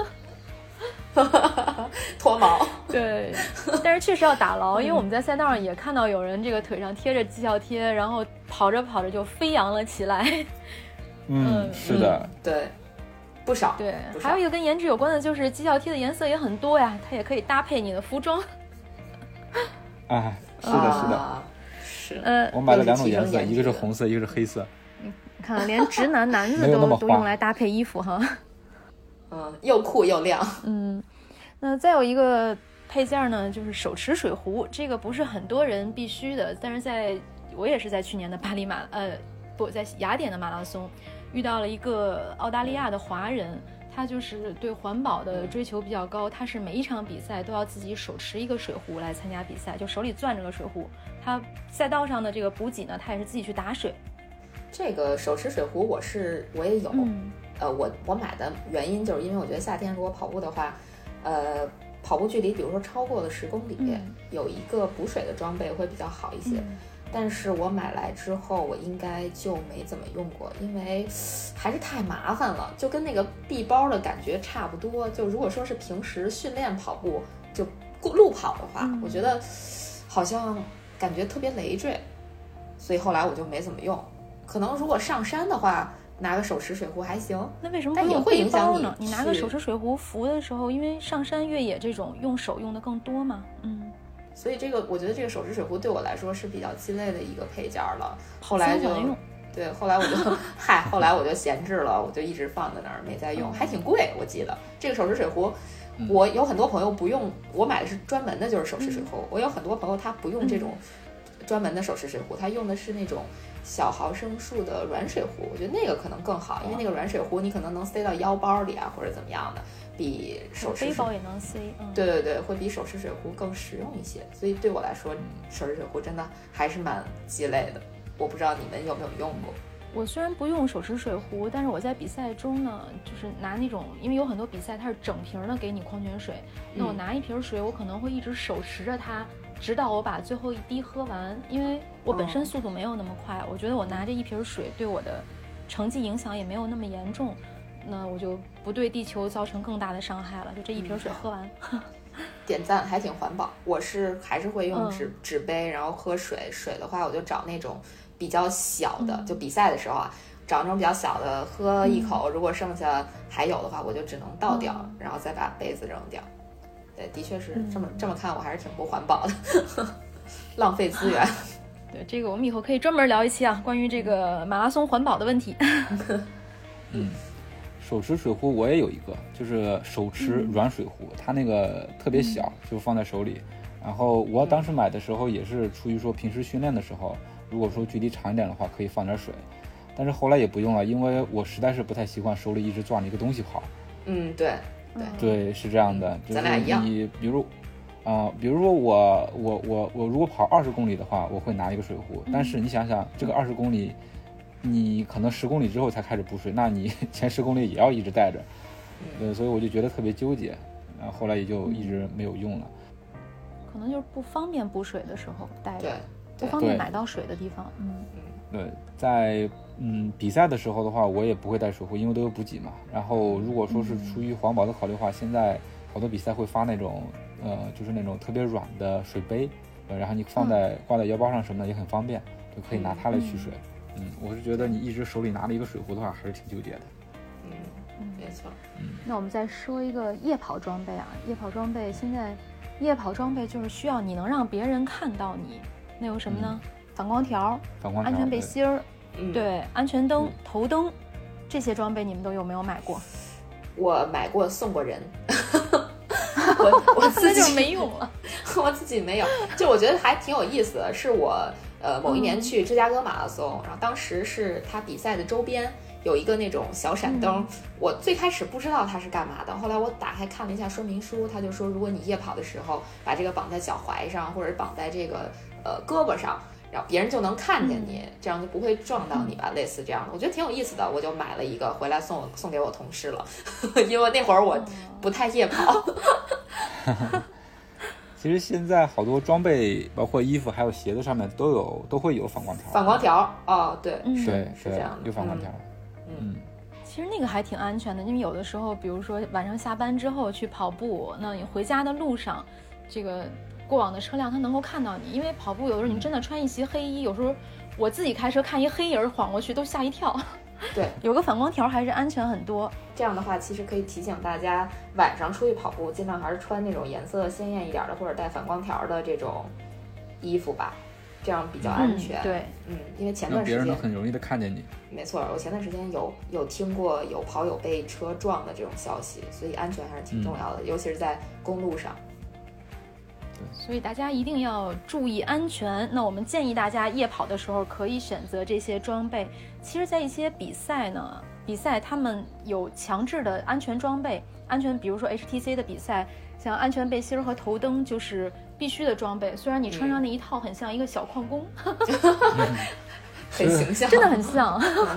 脱毛。 对，但是确实要打牢，因为我们在赛道上也看到有人这个腿上贴着绩效贴，然后跑着跑着就飞扬了起来。 是的， 对，不少。 对，还有一个跟颜值有关的就是绩效贴的颜色也很多呀，它也可以搭配你的服装。 啊，是的，是的。我买了2种颜色，一个是红色，一个是黑色。 你看，连直男男子都用来搭配衣服哈。 又酷又亮。 那再有一个配件呢，就是手持水壶，这个不是很多人必须的，但是我也是在去年的在雅典的马拉松遇到了一个澳大利亚的华人，他就是对环保的追求比较高，他是每一场比赛都要自己手持一个水壶来参加比赛，就手里攥着个水壶。他赛道上的这个补给呢，他也是自己去打水。 这个手持水壶我也有。我买的原因就是因为我觉得夏天如果跑步的话，跑步距离比如说超过了10公里，有一个补水的装备会比较好一些。但是我买来之后，我应该就没怎么用过，因为还是太麻烦了，就跟那个臂包的感觉差不多。就如果说是平时训练跑步，就路跑的话，我觉得好像感觉特别累赘，所以后来我就没怎么用。可能如果上山的话，拿个手持水壶还行。 那为什么不用背包呢？你拿个手持水壶扶的时候，因为上山越野这种用手用的更多嘛。 所以我觉得这个手持水壶对我来说是比较鸡肋的一个配件了。后来后来我就后来我就闲置了，我就一直放在那儿没再用，还挺贵。我记得这个手持水壶，我有很多朋友不用，我买的是专门的就是手持水壶。我有很多朋友他不用这种专门的手持水壶，他用的是那种小毫升数的软水壶，我觉得那个可能更好，因为那个软水壶你可能能塞到腰包里啊，或者怎么样的，比手持背包也能塞。 对对对，会比手持水壶更实用一些。所以对我来说，手持水壶真的还是蛮鸡肋的。我不知道你们有没有用过。 我虽然不用手持水壶，但是我在比赛中呢，就是拿那种，因为有很多比赛它是整瓶的给你矿泉水，那我拿一瓶水，我可能会一直手持着它，直到我把最后一滴喝完。因为我本身速度没有那么快，我觉得我拿着一瓶水对我的成绩影响也没有那么严重，那我就不对地球造成更大的伤害了，就这一瓶水喝完。 点赞，还挺环保。我还是会用纸杯，然后喝水。水的话，我就找那种比较小的，就比赛的时候啊，找那种比较小的，喝一口，如果剩下还有的话，我就只能倒掉，然后再把杯子扔掉。对，的确是这么看，我还是挺不环保的，浪费资源。 对，这个我们以后可以专门聊一期啊，关于这个马拉松环保的问题。 手持水壶我也有一个，就是手持软水壶，它那个特别小，就放在手里。然后我当时买的时候也是出于说平时训练的时候，如果说距离长一点的话，可以放点水。但是后来也不用了，因为我实在是不太习惯手里一直攥着一个东西跑。 对， 是这样的，就是咱俩一样。 你比如说我如果跑20公里的话，我会拿一个水壶。但是你想想，这个20公里，你可能10公里之后才开始补水，那你前10公里也要一直带着。所以我就觉得特别纠结，然后后来也就一直没有用了。 可能就是不方便补水的时候带着， 不方便买到水的地方。 对，在比赛的时候的话，我也不会带水壶，因为都有补给嘛。然后如果说是出于环保的考虑的话，现在好多比赛会发那种就是那种特别软的水杯，然后你挂在腰包上什么的也很方便，就可以拿它来取水。我是觉得你一直手里拿了一个水壶的话，还是挺纠结的。 没错。 那我们再说一个夜跑装备啊，夜跑装备现在就是需要你能让别人看到你，那有什么呢？反光条、安全背心儿，对，安全灯、头灯，这些装备你们都有没有买过？ 我买过，送过人。我自己就没用了。 我自己没有，就我觉得还挺有意思的。是我某一年去芝加哥马拉松，然后当时是他比赛的周边有一个那种小闪灯，我最开始不知道它是干嘛的，后来我打开看了一下说明书，他就说如果你夜跑的时候把这个绑在脚踝上或者绑在这个胳膊上， 然后别人就能看见你，这样就不会撞到你吧，类似这样的，我觉得挺有意思的，我就买了一个回来送给我同事了，因为那会儿我不太夜跑。 其实现在好多装备，包括衣服还有鞋子上面都会有反光条。 反光条哦，对， 对， 是这样的， 有反光条。 其实那个还挺安全的，因为有的时候，比如说晚上下班之后去跑步，那你回家的路上，这个过往的车辆它能够看到你，因为跑步有的时候你真的穿一袭黑衣，有时候我自己开车看一黑影晃过去都吓一跳。 对， 有个反光条还是安全很多。 这样的话，其实可以提醒大家，晚上出去跑步，尽量还是穿那种颜色鲜艳一点的，或者带反光条的这种衣服吧，这样比较安全。 对， 因为前段时间别人能很容易的看见你。 没错，我前段时间有听过有跑友被车撞的这种消息，所以安全还是挺重要的，尤其是在公路上。 所以大家一定要注意安全。那我们建议大家夜跑的时候可以选择这些装备。其实在一些比赛他们有强制的安全装备，比如说 HTC 的比赛，像安全背心和头灯就是必须的装备。虽然你穿上那一套很像一个小矿工， 很形象， 真的很像。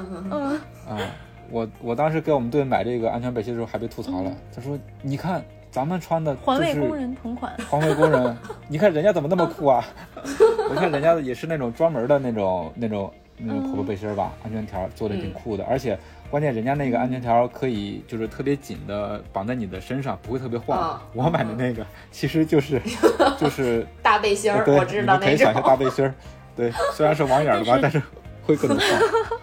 我当时给我们队买这个安全背心的时候还被吐槽了，他说你看咱们穿的环卫工人同款， 环卫工人，你看人家怎么那么酷啊？我看人家也是那种专门的那种跑步背心吧，安全条做的挺酷的，而且关键人家那个安全条可以就是特别紧的绑在你的身上，不会特别晃。我买的那个其实就是大背心儿，我知道那种。 可以想象大背心儿，对，虽然是网眼的吧，但是会更能晃。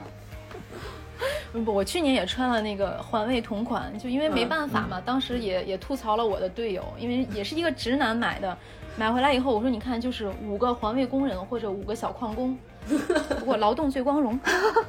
我去年也穿了那个环卫同款，就因为没办法嘛，当时也吐槽了我的队友，因为也是一个直男买的，买回来以后我说你看就是5个环卫工人或者5个小矿工，不过劳动最光荣。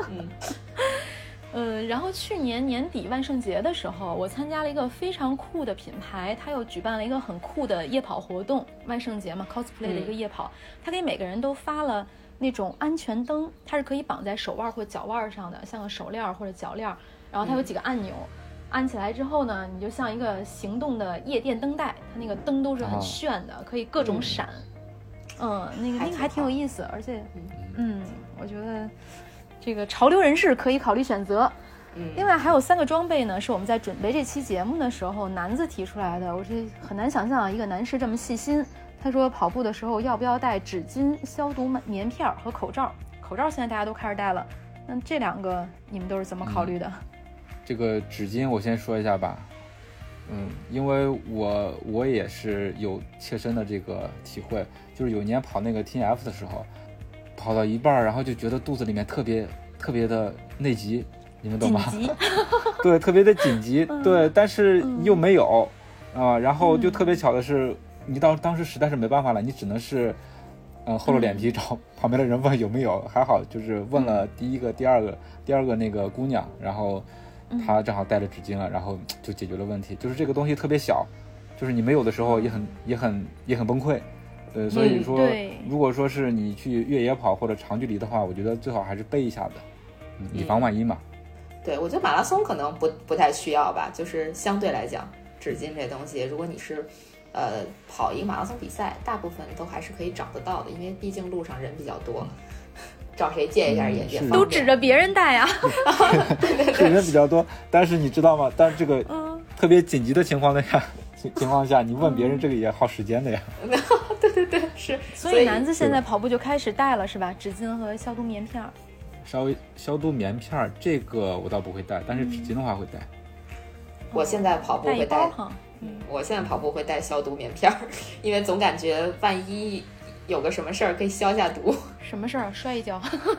然后去年年底万圣节的时候，我参加了一个非常酷的品牌，他又举办了一个很酷的夜跑活动，万圣节嘛 cosplay 的一个夜跑，他给每个人都发了那种安全灯，它是可以绑在手腕或脚腕上的，像个手链或者脚链，然后它有几个按钮，按起来之后呢，你就像一个行动的夜店灯带，它那个灯都是很炫的，可以各种闪。那个还挺有意思，而且我觉得这个潮流人士可以考虑选择。另外还有3个装备呢，是我们在准备这期节目的时候南子提出来的，我是很难想象一个男士这么细心。他说跑步的时候要不要带纸巾、消毒棉片和口罩？口罩现在大家都开始戴了，那这2个你们都是怎么考虑的？ 这个纸巾我先说一下吧，因为我也是有切身的这个体会，就是有一年跑那个 TF 的时候，跑到一半然后就觉得肚子里面特别的内急，你们懂吗？ 紧急对，特别的紧急，对，但是又没有然后就特别巧的是。你当时实在是没办法了，你只能是，厚着脸皮找旁边的人问有没有，还好就是问了第一个、第二个那个姑娘，然后她正好带了纸巾了，然后就解决了问题。就是这个东西特别小，就是你没有的时候也很崩溃，所以说如果说是你去越野跑或者长距离的话，我觉得最好还是备一下的，以防万一嘛。 对，我觉得马拉松可能不太需要吧，就是相对来讲，纸巾这东西，如果你是。跑一个马拉松比赛，大部分都还是可以找得到的，因为毕竟路上人比较多，找谁借一下也方便。 都指着别人带啊， 对，人比较多，但是你知道吗？但是这个特别紧急的情况下，你问别人这个也耗时间的呀。 对，是。 所以男子现在跑步就开始带了是吧？纸巾和消毒棉片。 稍微消毒棉片这个我倒不会带，但是纸巾的话会带。 我现在跑步会带。我现在跑步会带消毒棉片，因为总感觉万一有个什么事儿可以消下毒。 什么事儿？摔一跤？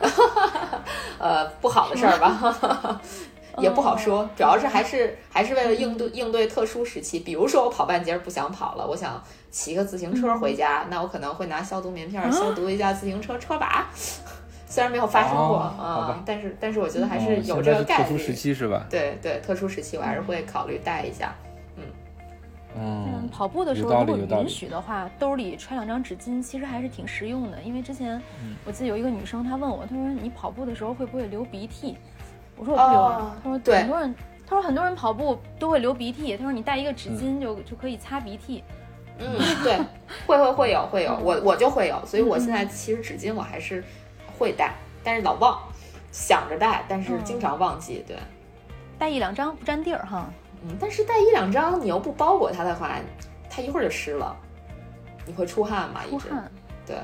不好的事儿吧，也不好说。主要是还是为了应对特殊时期，比如说我跑半截不想跑了，我想骑个自行车回家，那我可能会拿消毒棉片消毒一下自行车车把。虽然没有发生过但是我觉得还是有这个概率。 特殊时期是吧？ 对，特殊时期我还是会考虑带一下。 跑步的时候如果允许的话，兜里揣2张纸巾其实还是挺实用的。因为之前我记得有一个女生，她问我，她说你跑步的时候会不会流鼻涕？我说我不流啊。她说很多人跑步都会流鼻涕，她说你带一个纸巾就可以擦鼻涕。 对，会有，我就会有，所以我现在其实纸巾我还是会带，但是老忘，想着带，但是经常忘记。对， 带1-2张不占地儿哈。 但是带1-2张你又不包裹它的话，它一会儿就湿了，你会出汗嘛？ 出汗。 对，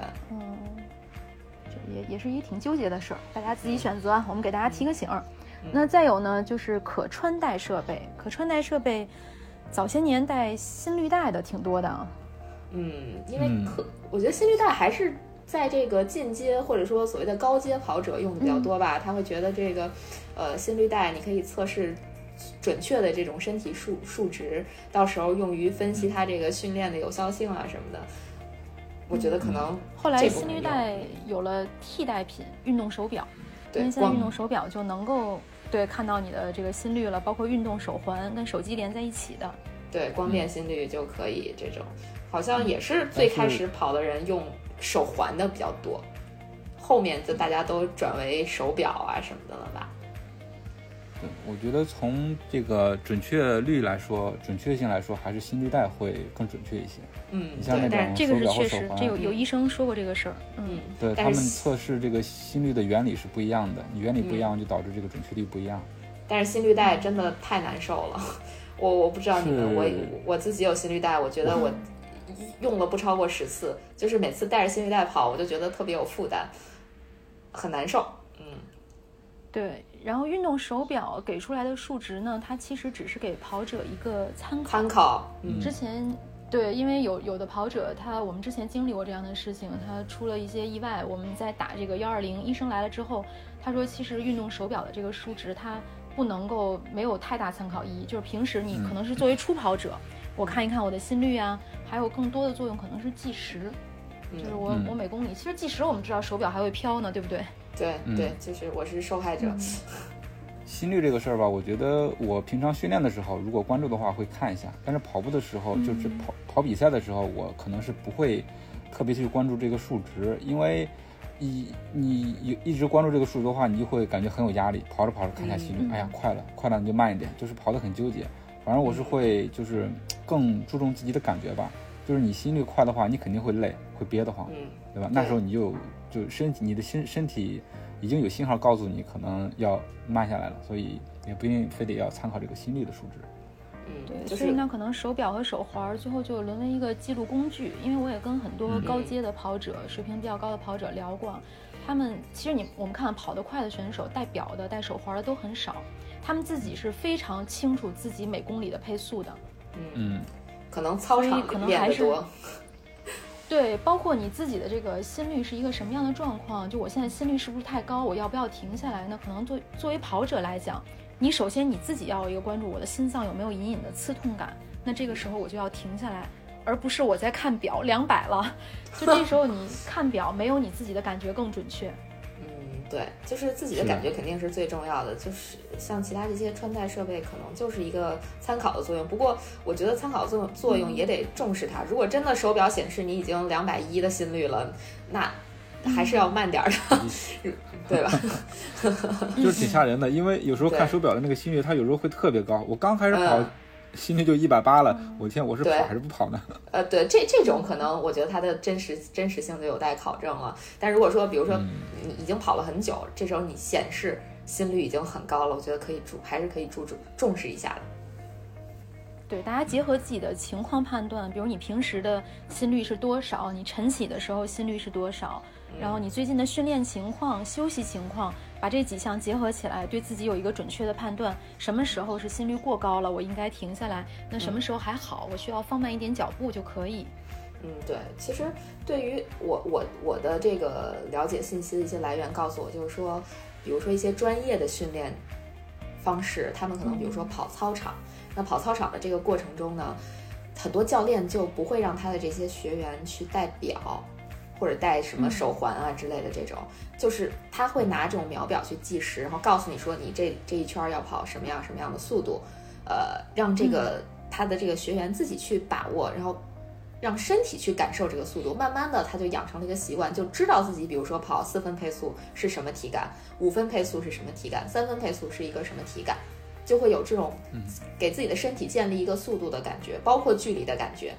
这也是一挺纠结的事儿，大家自己选择，我们给大家提个醒。那再有呢，就是可穿戴设备，早些年带心率带的挺多的。 因为我觉得心率带还是在这个进阶或者说所谓的高阶跑者用的比较多吧，他会觉得这个心率带你可以测试准确的这种身体数值，到时候用于分析它这个训练的有效性啊什么的。我觉得可能后来心率带有了替代品，运动手表，因为现在运动手表就能够看到你的这个心率了，包括运动手环跟手机连在一起的， 对，光电心率就可以。这种好像也是最开始跑的人用手环的比较多，后面就大家都转为手表啊什么的了吧。 对，我觉得从这个准确性来说，还是心率带会更准确一些。你像那种这个是手表确实， 和手环， 这有医生说过这个事儿。 对，他们测试这个心率的原理是不一样的，你原理不一样就导致这个准确率不一样。 但是心率带真的太难受了，我不知道你们，我自己有心率带，我觉得我用了不超过10次，就是每次带着心率带跑，我就觉得特别有负担，很难受。 对，然后运动手表给出来的数值呢，它其实只是给跑者一个参考。之前因为有的跑者我们之前经历过这样的事情，他出了一些意外，我们在打这个120，医生来了之后，他说其实运动手表的这个数值它不能够没有太大参考意义，就是平时你可能是作为初跑者，我看一看我的心率啊，还有更多的作用可能是计时，就是我每公里，其实计时我们知道手表还会飘呢，对不对？ 对，就是我是受害者。 心率这个事儿吧，我觉得我平常训练的时候，如果关注的话会看一下，但是跑步的时候，就是跑比赛的时候，我可能是不会特别去关注这个数值，因为你一直关注这个数值的话，你就会感觉很有压力，跑着跑着看一下心率，哎呀快了你就慢一点，就是跑得很纠结。反正我是会就是更注重自己的感觉吧，就是你心率快的话，你肯定会累，会憋得慌，对吧？那时候你就你的身体已经有信号告诉你可能要慢下来了，所以也不一定非得要参考这个心率的数值。 对，所以呢，可能手表和手环最后就沦为一个记录工具。因为我也跟很多高阶的跑者，水平比较高的跑者聊过，他们其实我们看跑得快的选手，戴表的、戴手环的都很少，他们自己是非常清楚自己每公里的配速的。 可能操场可能还是多。 对，包括你自己的这个心率是一个什么样的状况，就我现在心率是不是太高，我要不要停下来呢？可能作为跑者来讲，你首先你自己要有一个关注，我的心脏有没有隐隐的刺痛感，那这个时候我就要停下来，而不是我在看表200了，就这时候你看表没有你自己的感觉更准确。 对，就是自己的感觉肯定是最重要的，就是像其他这些穿戴设备可能就是一个参考的作用，不过我觉得参考作用也得重视它，如果真的手表显示你已经210的心率了，那还是要慢点的，对吧？ 就是挺吓人的，因为有时候看手表的那个心率，它有时候会特别高，我刚开始跑心率就180了，我天，我是跑还是不跑呢？ 对，这种可能我觉得它的真实性就有待考证了。但如果说，比如说你已经跑了很久，这时候你显示心率已经很高了，我觉得还是可以重视一下的。 对，大家结合自己的情况判断，比如你平时的心率是多少，你晨起的时候心率是多少，然后你最近的训练情况、休息情况，把这几项结合起来，对自己有一个准确的判断，什么时候是心率过高了，我应该停下来，那什么时候还好，我需要放慢一点脚步就可以。 对，其实对于我的这个了解信息的一些来源告诉我，就是说，比如说一些专业的训练方式，他们可能比如说跑操场，那跑操场的这个过程中呢，很多教练就不会让他的这些学员去戴表或者戴什么手环啊之类的，这种就是他会拿这种秒表去计时，然后告诉你说你这一圈要跑什么样的速度，让这个他的这个学员自己去把握，然后让身体去感受这个速度，慢慢的他就养成了一个习惯，就知道自己比如说跑4分配速是什么体感，5分配速是什么体感，3分配速是一个什么体感，就会有这种给自己的身体建立一个速度的感觉，包括距离的感觉。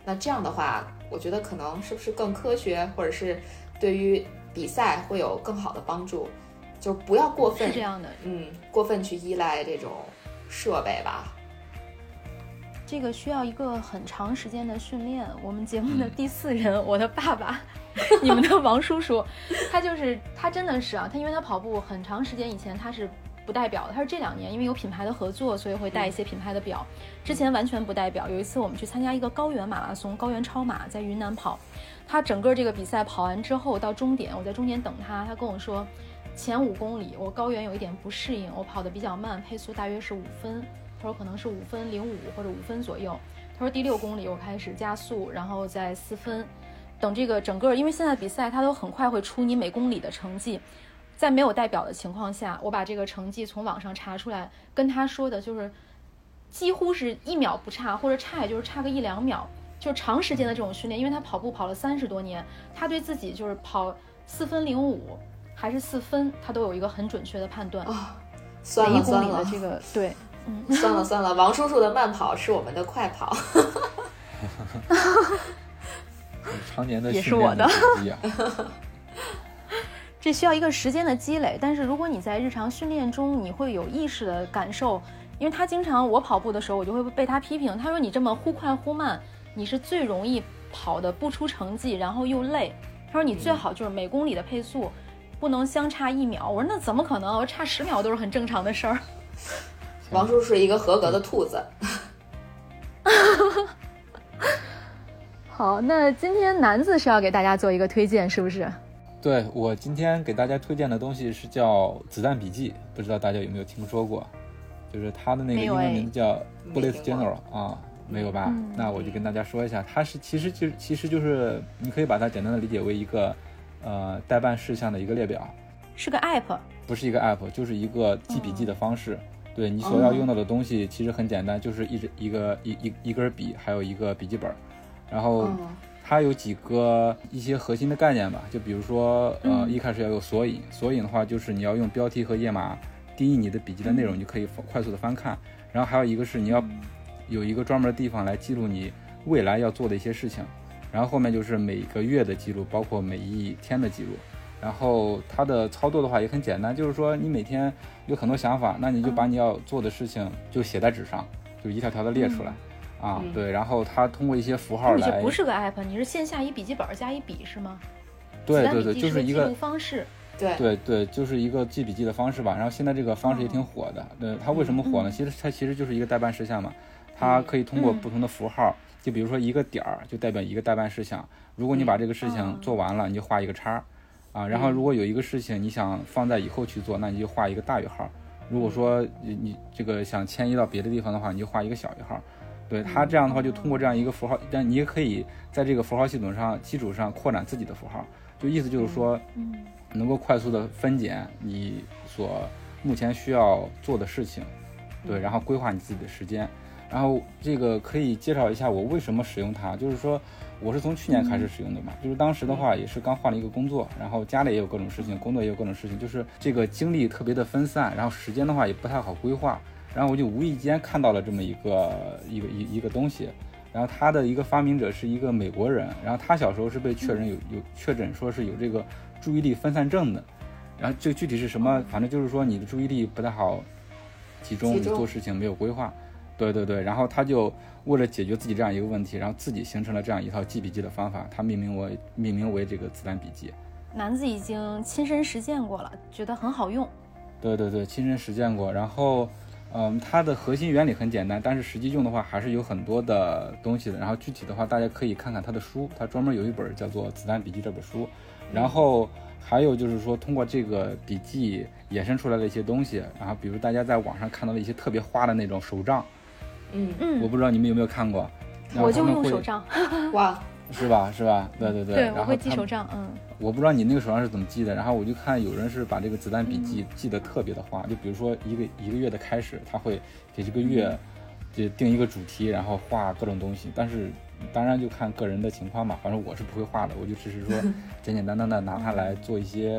那这样的话，我觉得可能是不是更科学，或者是对于比赛会有更好的帮助，就不要过分， 是这样的， 过分去依赖这种设备吧。 这个需要一个很长时间的训练。我们节目的第4人，我的爸爸，你们的王叔叔，他真的是啊，他因为他跑步很长时间以前他是不带表的，他是这2年因为有品牌的合作，所以会带一些品牌的表，之前完全不带表。有一次我们去参加一个高原马拉松，高原超马，在云南跑，他整个这个比赛跑完之后到终点，我在终点等他，他跟我说前5公里我高原有一点不适应，我跑得比较慢，配速大约是5分，他说可能是5分05或者5分左右，他说第6公里我开始加速，然后再4分，等这个整个，因为现在比赛他都很快会出你每公里的成绩，在没有带表的情况下，我把这个成绩从网上查出来，跟他说的就是几乎是1秒不差，或者差也就是差个1-2秒，就是长时间的这种训练。因为他跑步跑了30多年，他对自己就是跑4分05还是4分，他都有一个很准确的判断。 算了算了， 这个对， 算了，王叔叔的慢跑是我们的快跑。 常年的也是我的。 这需要一个时间的积累，但是如果你在日常训练中，你会有意识的感受，因为他经常我跑步的时候，我就会被他批评，他说你这么忽快忽慢，你是最容易跑的不出成绩，然后又累。他说你最好就是每公里的配速不能相差1秒。我说那怎么可能？我差10秒都是很正常的事儿。 王叔是一个合格的兔子。 好，那今天南子是要给大家做一个推荐，是不是？ 对，我今天给大家推荐的东西是叫《子弹笔记》，不知道大家有没有听说过？就是它的那个英文名字叫 Bullet Journal 啊，没有吧？那我就跟大家说一下，它是其实就是你可以把它简单的理解为一个待办事项的一个列表， 是个 app， 不是一个 app， 就是一个记笔记的方式。对，你所要用到的东西其实很简单，就是一根笔，还有一个笔记本，然后它有一些核心的概念吧，就比如说一开始要有索引，索引的话就是你要用标题和页码定义你的笔记的内容，你可以快速的翻看。然后还有一个是你要有一个专门的地方来记录你未来要做的一些事情，然后后面就是每个月的记录，包括每一天的记录。然后它的操作的话也很简单，就是说你每天有很多想法，那你就把你要做的事情就写在纸上，就一条条的列出来。对，然后它通过一些符号来。 你这不是个 app， 你是线下一笔记本加一笔是吗？ 对，就是一个记录方式。 对， 就是一个记笔记的方式吧。然后现在这个方式也挺火的。对，它为什么火呢？它其实就是一个待办事项嘛。它可以通过不同的符号，就比如说一个点儿就代表一个待办事项。如果你把这个事情做完了，你就画一个叉。然后如果有一个事情你想放在以后去做，那你就画一个大于号。如果说你这个想迁移到别的地方的话，你就画一个小于号。对，它这样的话就通过这样一个符号，但你也可以在这个符号系统上基础上扩展自己的符号，就意思就是说能够快速的分拣你所目前需要做的事情。对，然后规划你自己的时间。然后这个可以介绍一下我为什么使用它，就是说我是从去年开始使用的嘛，就是当时的话也是刚换了一个工作，然后家里也有各种事情，工作也有各种事情，就是这个精力特别的分散，然后时间的话也不太好规划，然后我就无意间看到了这么一个东西，然后他的一个发明者是一个美国人，然后他小时候是被确诊说是有这个注意力分散症的，然后这个具体是什么，反正就是说你的注意力不太好集中，你做事情没有规划。对，然后他就为了解决自己这样一个问题，然后自己形成了这样一套记笔记的方法，他命名为这个子弹笔记。 南子已经亲身实践过了，觉得很好用。 对，亲身实践过。然后它的核心原理很简单，但是实际用的话还是有很多的东西的。然后具体的话大家可以看看他的书，他专门有一本叫做《子弹笔记》这本书。然后还有就是说通过这个笔记衍生出来的一些东西，然后比如大家在网上看到的一些特别花的那种手账，我不知道你们有没有看过。 我就用手账。 哇， 是吧？对， 我会记手账。 我不知道你那个手账是怎么记的，然后我就看有人是把这个子弹笔记记得特别的花，就比如说一个月的开始，他会给这个月就定一个主题，然后画各种东西，但是当然就看个人的情况嘛，反正我是不会画的，我就只是说简简单单的拿它来做一些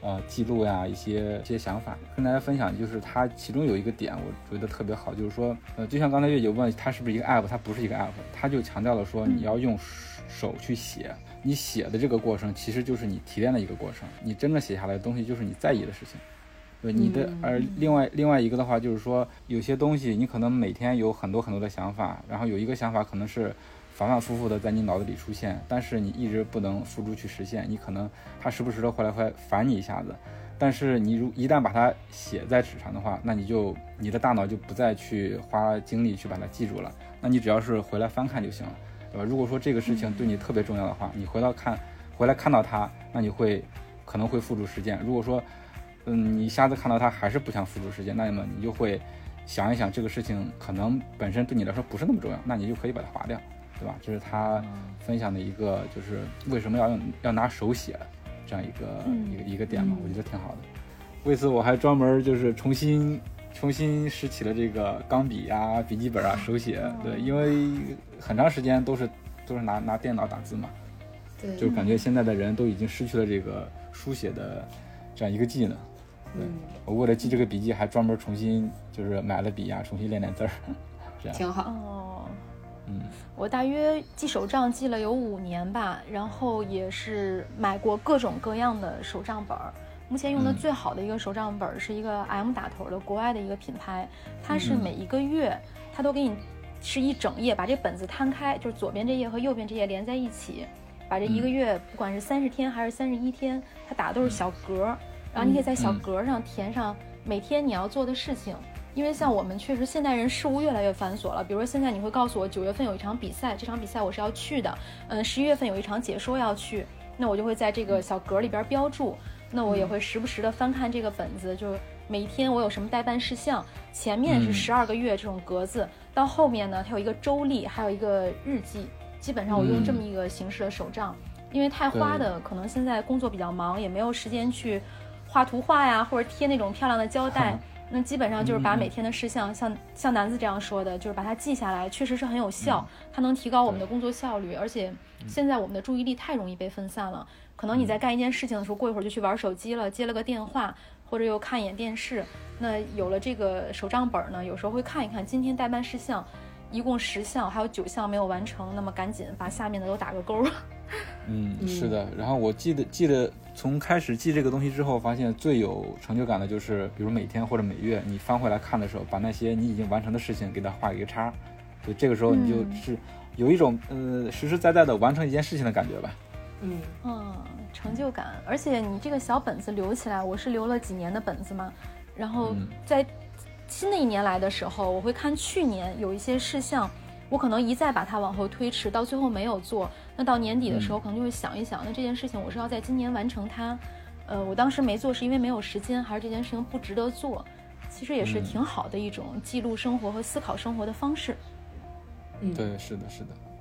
记录呀，一些想法跟大家分享。就是它其中有一个点我觉得特别好，就是说就像刚才月姐问它是不是一个 app， 它不是一个 app， 它就强调了说你要用手去写，你写的这个过程其实就是你提炼的一个过程，你真正写下来的东西就是你在意的事情。对你的，而另外一个的话就是说，有些东西你可能每天有很多的想法，然后有一个想法可能是反反复复的在你脑子里出现，但是你一直不能付诸去实现，你可能它时不时的会烦你一下子，但是你一旦把它写在纸上的话，那你的大脑就不再去花精力去把它记住了，那你只要是回来翻看就行了，对吧？如果说这个事情对你特别重要的话，你回来看到它，那你可能会付诸实践。如果说你下次看到它还是不想付诸实践，那么你就会想一想这个事情可能本身对你来说不是那么重要，那你就可以把它划掉，对吧？这是他分享的一个，就是为什么要拿手写这样一个点嘛，我觉得挺好的。为此我还专门就是重新拾起了这个钢笔啊、笔记本啊手写，对，因为很长时间都是拿电脑打字嘛， 对， 就感觉现在的人都已经失去了这个书写的这样一个技能。对，我为了记这个笔记还专门重新就是买了笔啊，重新练字儿，这样挺好。 哦，我大约记手账记了有5年吧，然后也是买过各种各样的手账本。目前用的最好的一个手账本是一个 M 打头的国外的一个品牌，它是每一个月它都给你是一整页，把这本子摊开，就是左边这页和右边这页连在一起，把这一个月不管是30天还是31天，它打的都是小格。然后你可以在小格上填上每天你要做的事情，因为像我们确实现代人事务越来越繁琐了，比如说现在你会告诉我9月份有一场比赛，这场比赛我是要去的，11月份有一场解说要去，那我就会在这个小格里边标注，那我也会时不时的翻看这个本子，就每一天我有什么待办事项，前面是12个月这种格子，到后面呢它有一个周历，还有一个日记，基本上我用这么一个形式的手账，因为太花的可能现在工作比较忙，也没有时间去画图画呀，或者贴那种漂亮的胶带，那基本上就是把每天的事项，像南子这样说的，就是把它记下来，确实是很有效，它能提高我们的工作效率，而且现在我们的注意力太容易被分散了，可能你在干一件事情的时候，过一会儿就去玩手机了，接了个电话，或者又看一眼电视，那有了这个手账本呢，有时候会看一看今天待办事项一共10项，还有9项没有完成，那么赶紧把下面的都打个勾。 是的。然后我记得从开始记这个东西之后，发现最有成就感的就是，比如每天或者每月你翻回来看的时候，把那些你已经完成的事情给它画一个叉，所以这个时候你就是有一种实实在在的完成一件事情的感觉吧。 成就感。而且你这个小本子留起来，我是留了几年的本子嘛，然后在新的一年来的时候，我会看去年有一些事项，我可能一再把它往后推迟，到最后没有做，那到年底的时候可能就会想一想，那这件事情我是要在今年完成它，我当时没做是因为没有时间，还是这件事情不值得做，其实也是挺好的一种记录生活和思考生活的方式。 对，是的。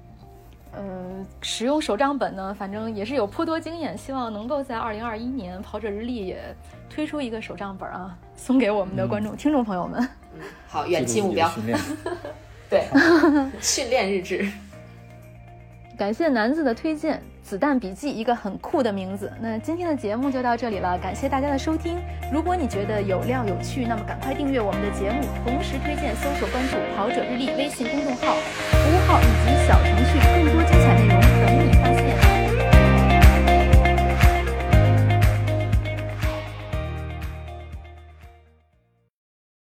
使用手账本呢，反正也是有颇多经验，希望能够在2021年跑者日历也推出一个手账本啊，送给我们的观众、听众朋友们。 好，远期目标。对，训练日志。 感谢南子的推荐，子弹笔记，一个很酷的名字。那今天的节目就到这里了，感谢大家的收听。如果你觉得有料有趣，那么赶快订阅我们的节目，同时推荐搜索关注跑者日历微信公众号、服务号以及小程序